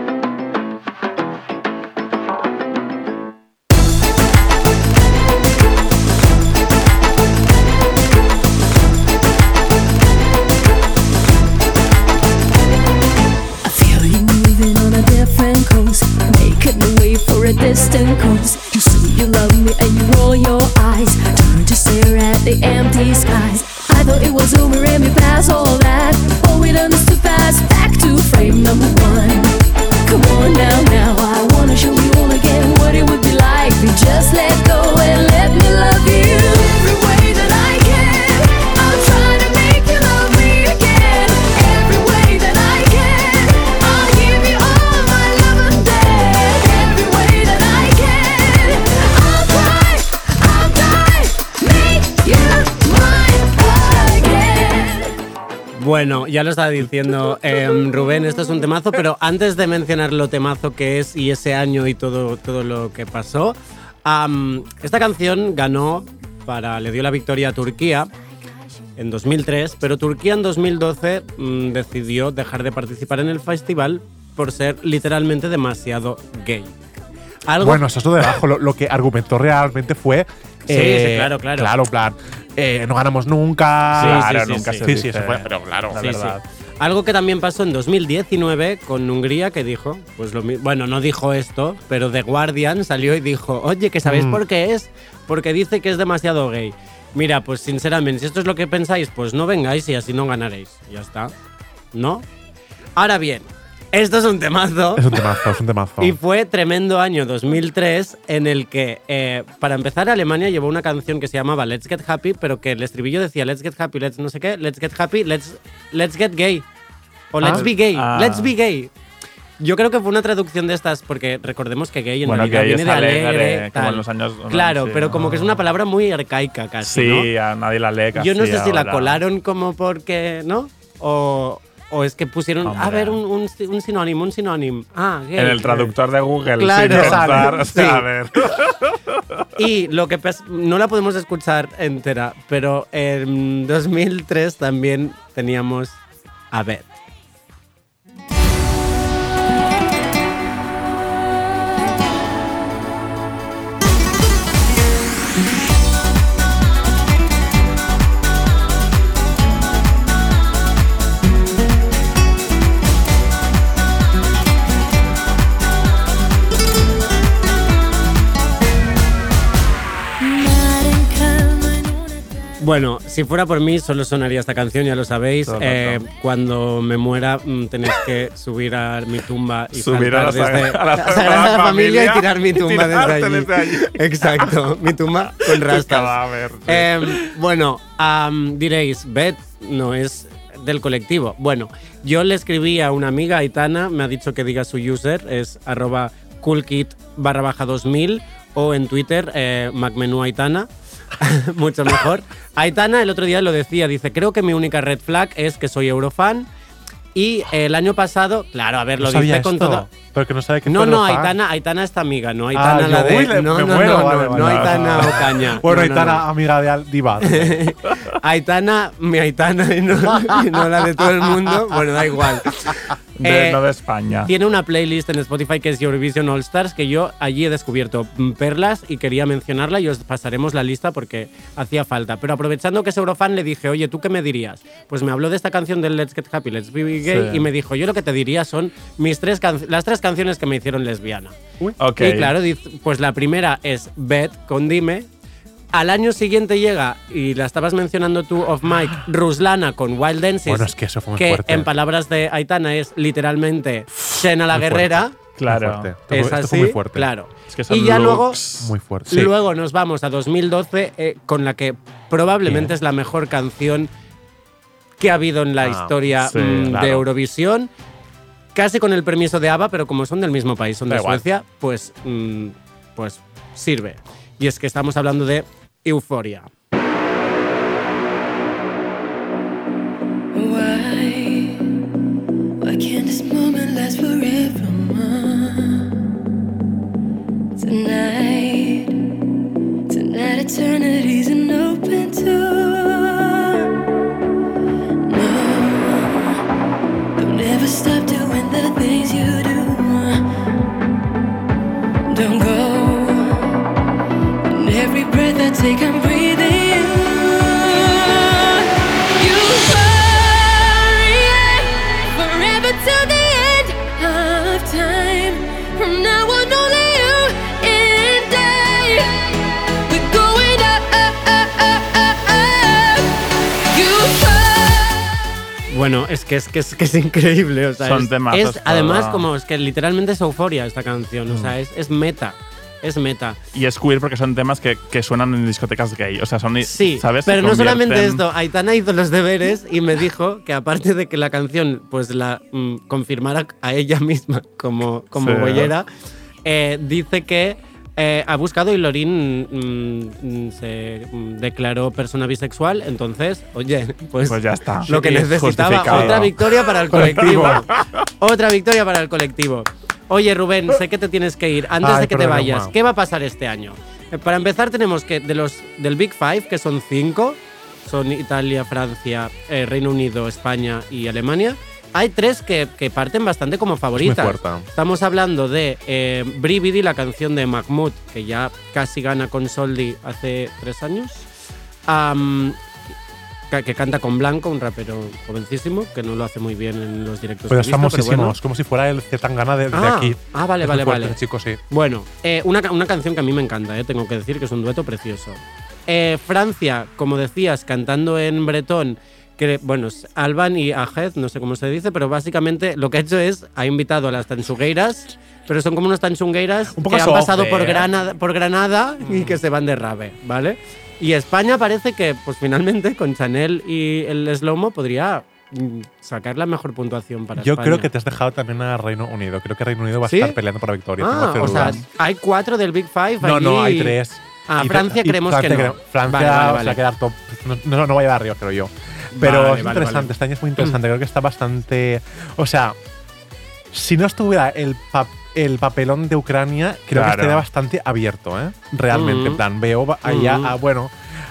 I feel you moving on a different coast, making a way for a distant coast. You say you love me and you roll your eyes, turn to stare at the empty skies. I thought it was over and we passed all that. All we done is to pass back to frame number one. Come on now, now I wanna show you all again what it would be like if you just let go and let me love you. Every way that I can, I'll try to make you love me again. Every way that I can, I'll give you all my love and then. Every way that I can, I'll try, I'll die, make you mine again. Bueno, ya lo estaba diciendo em, Rubén, esto es un temazo, pero antes de mencionar lo temazo que es y ese año y todo, todo lo que pasó, am, esta canción ganó, para, le dio la victoria a Turquía en dos mil tres, pero Turquía en dos mil doce mmm, decidió dejar de participar en el festival por ser literalmente demasiado gay. ¿Algo? Bueno, eso es lo de abajo. lo, lo que argumentó realmente fue… Sí, eh, sí, claro, claro. Claro, plan, eh, no ganamos nunca. Sí, Claro, sí, sí, nunca sí. se Sí, dice, sí, eso fue, pero claro, la Sí, verdad. sí. Algo que también pasó en dos mil diecinueve con Hungría, que dijo, pues lo mi- bueno, no dijo esto, pero The Guardian salió y dijo, oye, ¿que sabéis Mm. por qué es? Porque dice que es demasiado gay. Mira, pues sinceramente, si esto es lo que pensáis, pues no vengáis y así no ganaréis. Ya está. ¿No? Ahora bien, esto es un temazo. Es un temazo, es un temazo. Y fue tremendo año dos mil tres en el que, eh, para empezar, Alemania llevó una canción que se llamaba Let's Get Happy, pero que el estribillo decía Let's Get Happy, let's no sé qué, Let's Get Happy, let's, let's Get Gay. O Let's Ah. Be Gay, Ah. Let's Be Gay. Yo creo que fue una traducción de estas, porque recordemos que gay en Bueno, realidad gay viene es de alegre, alegre, como tal. en los años… Claro, sí. pero como que es una palabra muy arcaica casi, Sí, ¿no? a nadie la lee casi Yo no sé si la ahora. colaron como porque, ¿no? O, o es que pusieron, Hombre. a ver, un, un, un sinónimo, un sinónimo. Ah, gay. En el traductor de Google, Claro. sin pensar, Sale, o sea, sí. a ver. Y lo que pas- no la podemos escuchar entera, pero en dos mil tres también teníamos a Beth. Bueno, si fuera por mí, solo sonaría esta canción, ya lo sabéis. Todo el Eh, rato. cuando me muera, mm, tenéis que subir a mi tumba y Subir a la saltar desde Sagra- a la Sagrada Sagrada Familia y Familia tirar mi y tumba desde tirarte allí. desde allí. Exacto, mi tumba con Tu rastas. cadáver, sí. Eh, bueno, am, diréis, Beth no es del colectivo. Bueno, yo le escribí a una amiga, Aitana, me ha dicho que diga su user, es arroba coolkit barra baja dos mil, o en Twitter, eh, macmenú Aitana. Mucho mejor. Aitana el otro día lo decía, dice, creo que mi única red flag es que soy eurofan. Y el año pasado, claro, a ver, lo no sabía dice con esto, todo. Pero que no sabe que No, fue no, Eurofan. Aitana, Aitana esta amiga, no Aitana Ah, la yo, de. uy, le- no, me no, muero, no, vale, no, vale. no Aitana Ocaña. Bueno, No, no, Aitana, no. amiga de Aldiva. Aitana, mi Aitana y no, y no la de todo el mundo. Bueno, da igual. De, Eh, no de España. Tiene una playlist en Spotify que es Eurovision All Stars, que yo allí he descubierto mm, perlas y quería mencionarla y os pasaremos la lista porque hacía falta. Pero aprovechando que es eurofan, le dije, oye, ¿tú qué me dirías? Pues me habló de esta canción del Let's Get Happy, Let's Be Gay, Sí. y me dijo, yo lo que te diría son mis tres can- las tres canciones que me hicieron lesbiana. Ok. Y claro, diz- pues la primera es Beth con Dime. Al año siguiente llega, y la estabas mencionando tú, off mic, Ruslana con Wild Dances. Bueno, es que eso fue muy que fuerte. en palabras de Aitana es literalmente Xena la Muy fuerte. guerrera. Claro. Muy fuerte. Esto Es fue- esto así, fue muy fuerte. claro. Es que son Y ya luego, looks. Muy fuerte. Sí. luego nos vamos a dos mil doce eh, con la que probablemente Bien. es la mejor canción que ha habido en la Ah, historia sí, mm, claro. de Eurovisión. Casi con el permiso de ABBA, pero como son del mismo país, son Da de igual. Suecia, pues, mm, pues sirve. Y es que estamos hablando de Euforia. Why? Why can't this moment last forever? Tonight, tonight eternity's an open door. No, don't ever stop doing the things you do. Don't go. And every breath I take, I'm breathing you. Forever till the end of time. From now on, only you and I. We're going up, up, up, up, up, up. You Bueno, es que es, que es, que es increíble. O sea, Son es, temazos es- además, todo. como es que literalmente es euforia esta canción. O sea, es, es meta. Es meta. Y es queer porque son temas que, que suenan en discotecas gay. O sea, son. Sí, ¿sabes? Se pero no solamente convierten- esto. Aitana hizo los deberes y me dijo que aparte de que la canción pues la mm, confirmara a ella misma como, como Sí. boyera, eh, dice que eh, ha buscado y Lorín mm, mm, se mm, declaró persona bisexual. Entonces, oye, pues, Pues ya está. lo que Sí, necesitaba, justificado. otra victoria para el colectivo. Otra victoria para el colectivo. Oye, Rubén, sé que te tienes que ir. Antes Ay, de que te perdona, vayas, Mau. ¿qué va a pasar este año? Eh, Para empezar, tenemos que de los del Big Five, que son cinco, son Italia, Francia, eh, Reino Unido, España y Alemania. Hay tres que, que parten bastante como favoritas. Es muy fuerte. Estamos hablando de eh, Brividi, la canción de Mahmood, que ya casi gana con Soldi hace tres años. Um, que canta con Blanco, un rapero jovencísimo, que no lo hace muy bien en los directos. Pero que he visto, estamos pero bueno. como si fuera el Zetangana de, de ah, aquí. Ah, vale, es vale, fuerte, vale. Chico, sí. Bueno, eh, una, una canción que a mí me encanta, eh, tengo que decir que es un dueto precioso. Eh, Francia, como decías, cantando en bretón, que bueno, es Alban y Ahed, no sé cómo se dice, pero básicamente lo que ha hecho es, ha invitado a las tanchungueiras, pero son como unos tanchungueiras que han pasado por Granada, por Granada mm. y que se van de rave, ¿vale? Y España parece que, pues finalmente, con Chanel y el Slow-Mo podría sacar la mejor puntuación para Yo España. creo que te has dejado también a Reino Unido. Creo que Reino Unido va a ¿Sí? estar peleando por la victoria. Ah, o sea, hay cuatro del Big Five. No, allí. no, hay tres. Ah, y Francia y creemos Francia, que no. Francia vale, vale, vale. se va a quedar top. No, no, no va a llegar arriba, creo yo. Pero vale, es vale, interesante. vale. Este año es muy interesante. Mm. Creo que está bastante… O sea, si no estuviera el, pa el papelón de Ucrania, creo claro. que estaría bastante abierto, ¿eh? Realmente, mm. en plan, veo allá mm. a… Bueno…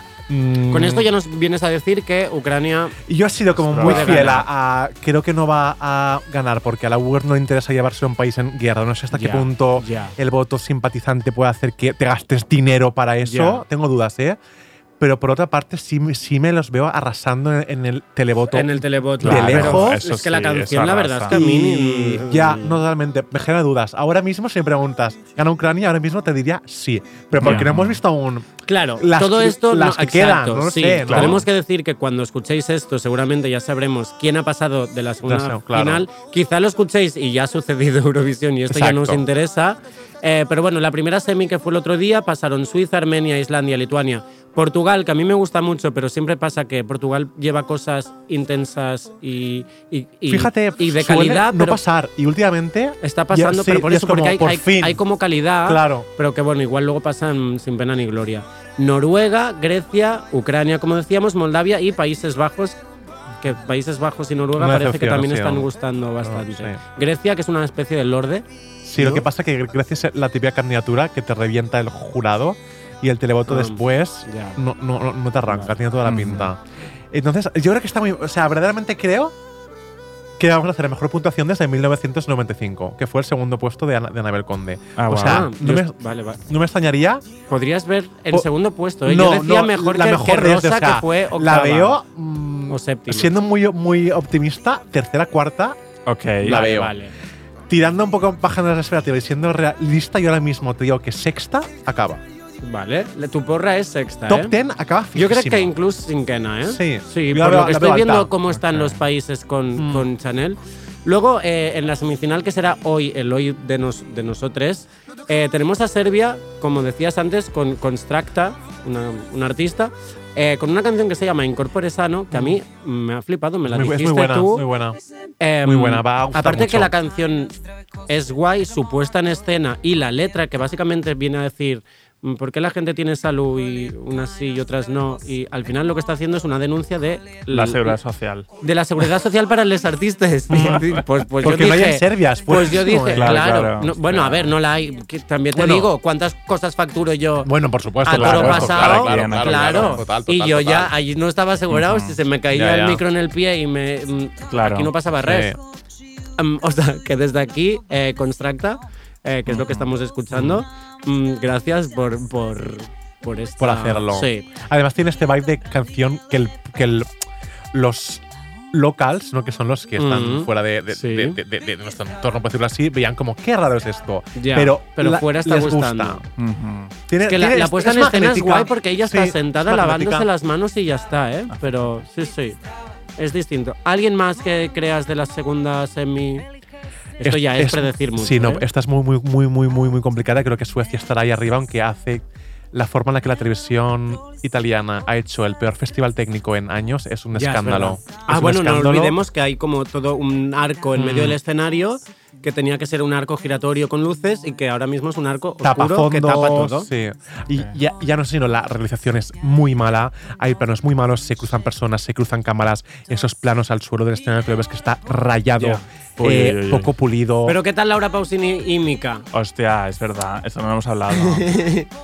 Con esto ya nos vienes a decir que Ucrania… Yo he sido como muy fiel a, a… Creo que no va a ganar porque a la U E R no le interesa llevarse a un país en guerra. No sé hasta yeah, qué punto yeah. el voto simpatizante puede hacer que te gastes dinero para eso. Yeah. Tengo dudas, ¿eh? Pero por otra parte sí, sí me los veo arrasando en, en el televoto. En el televoto. De claro, lejos. Eso es que sí, la canción, la verdad es que a mí… Y ya, no totalmente. Me genera dudas. Ahora mismo, si me preguntas, ¿gana Ucrania? Ahora mismo te diría sí. Pero porque yeah. no hemos visto aún… Claro, las, todo esto… Las no, que quedan, no lo sí, sé. ¿no? Tenemos que decir que cuando escuchéis esto, seguramente ya sabremos quién ha pasado de la segunda no, claro. final. Quizá lo escuchéis y ya ha sucedido Eurovisión y esto Exacto. ya no os interesa. Eh, pero bueno, la primera semi que fue el otro día pasaron Suiza, Armenia, Islandia, Lituania, Portugal, que a mí me gusta mucho, pero siempre pasa que Portugal lleva cosas intensas y, y, y, Fíjate, y de calidad. No pero pasar. Y últimamente está pasando, ya, pero sí, por eso, porque hay, por hay, fin. hay como calidad, claro. pero que bueno, igual luego pasan sin pena ni gloria. Noruega, Grecia, Ucrania, como decíamos, Moldavia y Países Bajos, que Países Bajos y Noruega Una parece que también sí, están no. gustando bastante. No, sí. Grecia, que es una especie de lorde. Sí, ¿no? Lo que pasa es que Grecia es la típica candidatura que te revienta el jurado y el televoto um, después yeah. no, no, no te arranca, no. tiene toda la mm. pinta. Entonces, yo creo que está muy… O sea, verdaderamente creo que vamos a hacer la mejor puntuación desde mil novecientos noventa y cinco, que fue el segundo puesto de, Ana, de Anabel Conde. Ah, o wow. sea, no me, vale, vale. no me extrañaría… Podrías ver el o, segundo puesto, ¿eh? No, yo decía no, mejor la que, mejor que Rosa, desde, o sea, que fue octava. La veo mmm, o séptima. Siendo muy, muy optimista, tercera, cuarta, Ok. la vale, veo. Vale. Tirando un poco bajando las expectativas y siendo realista, yo ahora mismo te digo que sexta acaba. Vale, tu porra es sexta, Top ¿eh? ten acaba fijísimo. Yo creo que incluso cinquena, ¿eh? Sí. Sí, yo por veo, lo que estoy viendo alta. cómo están okay. los países con, mm. con Chanel. Luego, eh, en la semifinal, que será hoy, el hoy de, nos, de nosotros, eh, tenemos a Serbia, como decías antes, con Constracta, una, una artista, eh, con una canción que se llama Incorpore Sano, que a mí me ha flipado, me la muy, dijiste es muy buena, tú. Muy buena, eh, muy buena, va a gustar Aparte mucho. que la canción es guay, su puesta en escena y la letra, que básicamente viene a decir… ¿Por qué la gente tiene salud y unas sí y otras no? Y al final lo que está haciendo es una denuncia de la seguridad social. De la seguridad social para los artistas. pues, pues Porque yo no dije, hay en Serbia. Pues yo dije, claro, claro. claro no, bueno, claro. a ver, no la hay. Que también te bueno, digo, ¿cuántas cosas facturo yo? Bueno, por supuesto. A claro, toro claro, pasado. Claro, claro, claro. claro total, total, y yo total. ya allí no estaba asegurado. Uh-huh. Si se me caía ya, ya. el micro en el pie y me. Claro. Aquí no pasaba res. Sí. Um, o sea, que desde aquí, eh, Constracta, eh, que es uh-huh. lo que estamos escuchando, um, gracias por. por Por, esta… por hacerlo. Sí. Además tiene este vibe de canción que, el, que el, los locals, ¿no? Que son los que están mm, fuera de, de, sí. de, de, de, de nuestro entorno, por decirlo así, veían como qué raro es esto. Ya, pero pero la, fuera está les gustando. Gusta. Uh-huh. Tiene, es que tiene, la, la puesta es en escena magnética. es guay porque ella está sí, sentada lavándose las manos y ya está, ¿eh? Pero sí, sí. Es distinto. ¿Alguien más que creas de la segunda semi? Esto ya es, es predecir mucho. Sí, no, ¿eh? esta es muy, muy, muy, muy, muy, muy complicada. Creo que Suecia estará ahí arriba, aunque hace… La forma en la que la televisión italiana ha hecho el peor festival técnico en años es un ya, escándalo. Es es ah, un bueno, escándalo. no olvidemos que hay como todo un arco en mm. medio del escenario que tenía que ser un arco giratorio con luces y que ahora mismo es un arco oscuro tapa fondos, que tapa todo. Sí. Y okay. ya, ya no sé, sino la realización es muy mala. Hay planos muy malos, se cruzan personas, se cruzan cámaras. Esos planos al suelo del escenario que ves que está rayado, yeah. uy, eh, uy, uy, poco pulido. Pero ¿qué tal Laura Pausini y Mika? Hostia, es verdad, eso no lo hemos hablado.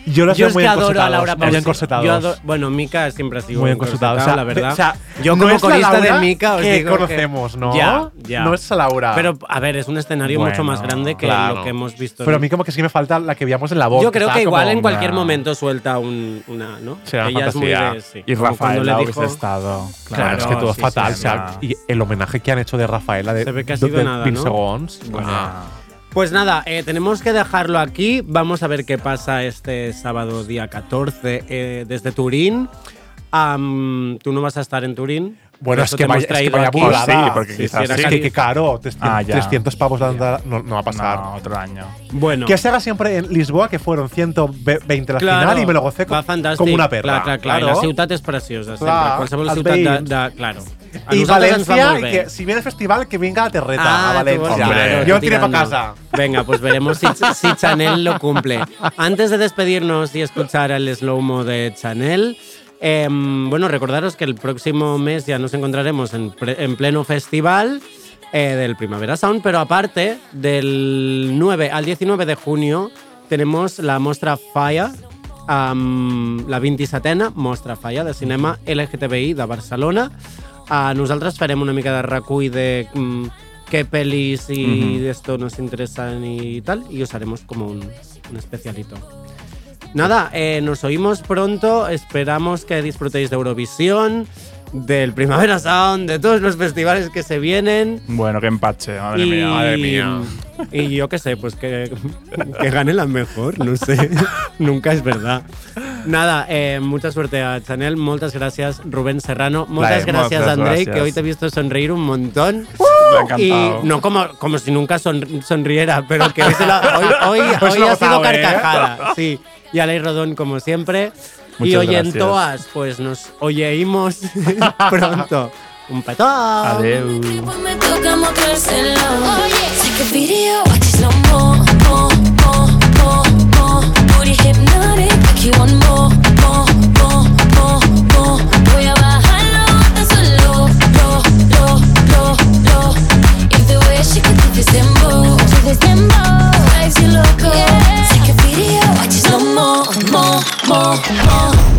Yo los Yo veo es muy que adoro a encorsetados, Laura muy Pausini. encorsetados. Yo adoro- bueno, Mika siempre ha sido Muy encorsetada, encorsetado, o sea, la verdad. o sea, yo no como es la corista de Laura Mika os que digo conocemos, ¿no? Ya, ya. No es esa Laura. Pero, a ver, es un escenario Bueno, mucho más grande que claro. lo que hemos visto. Pero a en- mí como que sí me falta la que veíamos en la voz. Yo creo estaba que igual como- en cualquier Nah. momento suelta un, una, ¿no? Será Ella es muy fantasía. de, sí. Y Como Rafael cuando le la dijo- hubiese estado. Claro, es que todo sí, fatal. sí, o sea, sí. y el homenaje que han hecho de Rafaela de, Se ve que ha de- sido de nada, vint ¿no? segons. Bueno. Ah. Pues nada, eh, tenemos que dejarlo aquí. Vamos a ver qué pasa este sábado día catorce eh, desde Turín. Am, Tú no vas a estar en Turín. Bueno, Por es eso que te hemos vaya, es que traído vaya aquí. burrada. Sí, porque Sí, quizás sí, era Es cari- que qué caro. trescientos, Ah, ya. trescientos pavos la entrada no, no va a pasar. No, otro año. Bueno, Que se haga siempre en Lisboa, que fueron ciento veinte la claro, final i me lo gocé com, va fantàstic. com una perra. Clar, clar, clar. Claro. La ciutat és preciosa, sempre. Clar, Qualsevol els ciutat de, veïns. de… Claro. A I nosaltres ens va València, molt y bé. que si viene el festival, que venga a Terreta, Ah, a tú Valencia. vas- Hombre. claro, Yo tú tiré para tirando. casa. Venga, pues veremos si, si Chanel lo cumple. Antes de despedirnos y escuchar el slow-mo de Chanel, eh, bueno, recordaros que el próximo mes ya nos encontraremos en, pre- en pleno festival eh, del Primavera Sound, pero aparte, del nueve al diecinueve de junio tenemos la Mostra Falla, um, la vint-i-setena Mostra Falla de cinema L G T B I de Barcelona. Uh, nosaltres farem una mica de recull de mm, qué pelis y Ujú. de esto nos interesan y tal, y os haremos como un, un especialito. Nada, eh, nos oímos pronto, esperamos que disfrutéis de Eurovisión, del Primavera Sound, de todos los festivales que se vienen. Bueno, que empache, madre y, mía, madre mía. Y yo qué sé, pues que, que gane la mejor, no sé. Nunca es verdad. Nada, eh, mucha suerte a Chanel, muchas gracias Rubén Serrano, muchas Vale, gracias muchas Andrei, gracias. que hoy te he visto sonreír un montón. Me ha Y encantado. no como, como si nunca son- sonriera, pero que hoy, se la- hoy, hoy, Pues hoy lo ha sido sabe, ¿eh? carcajada. Sí. Y Alei Rodón, como siempre. y Muchas oyentoas, pues nos oyeímos pronto. Un petón. Adeu. Me toca mostrárselo. Take a video, watch it slow mo, mo, mo, mo, mo. Booty hypnotic, like you want more, more, more, more, more. Voy a bajarlo hasta solo, lo, lo, lo, lo. If the way she could do this dembow, do this dembow, drives you loco. Take a video, watch it slow mo, mo, mo, mo.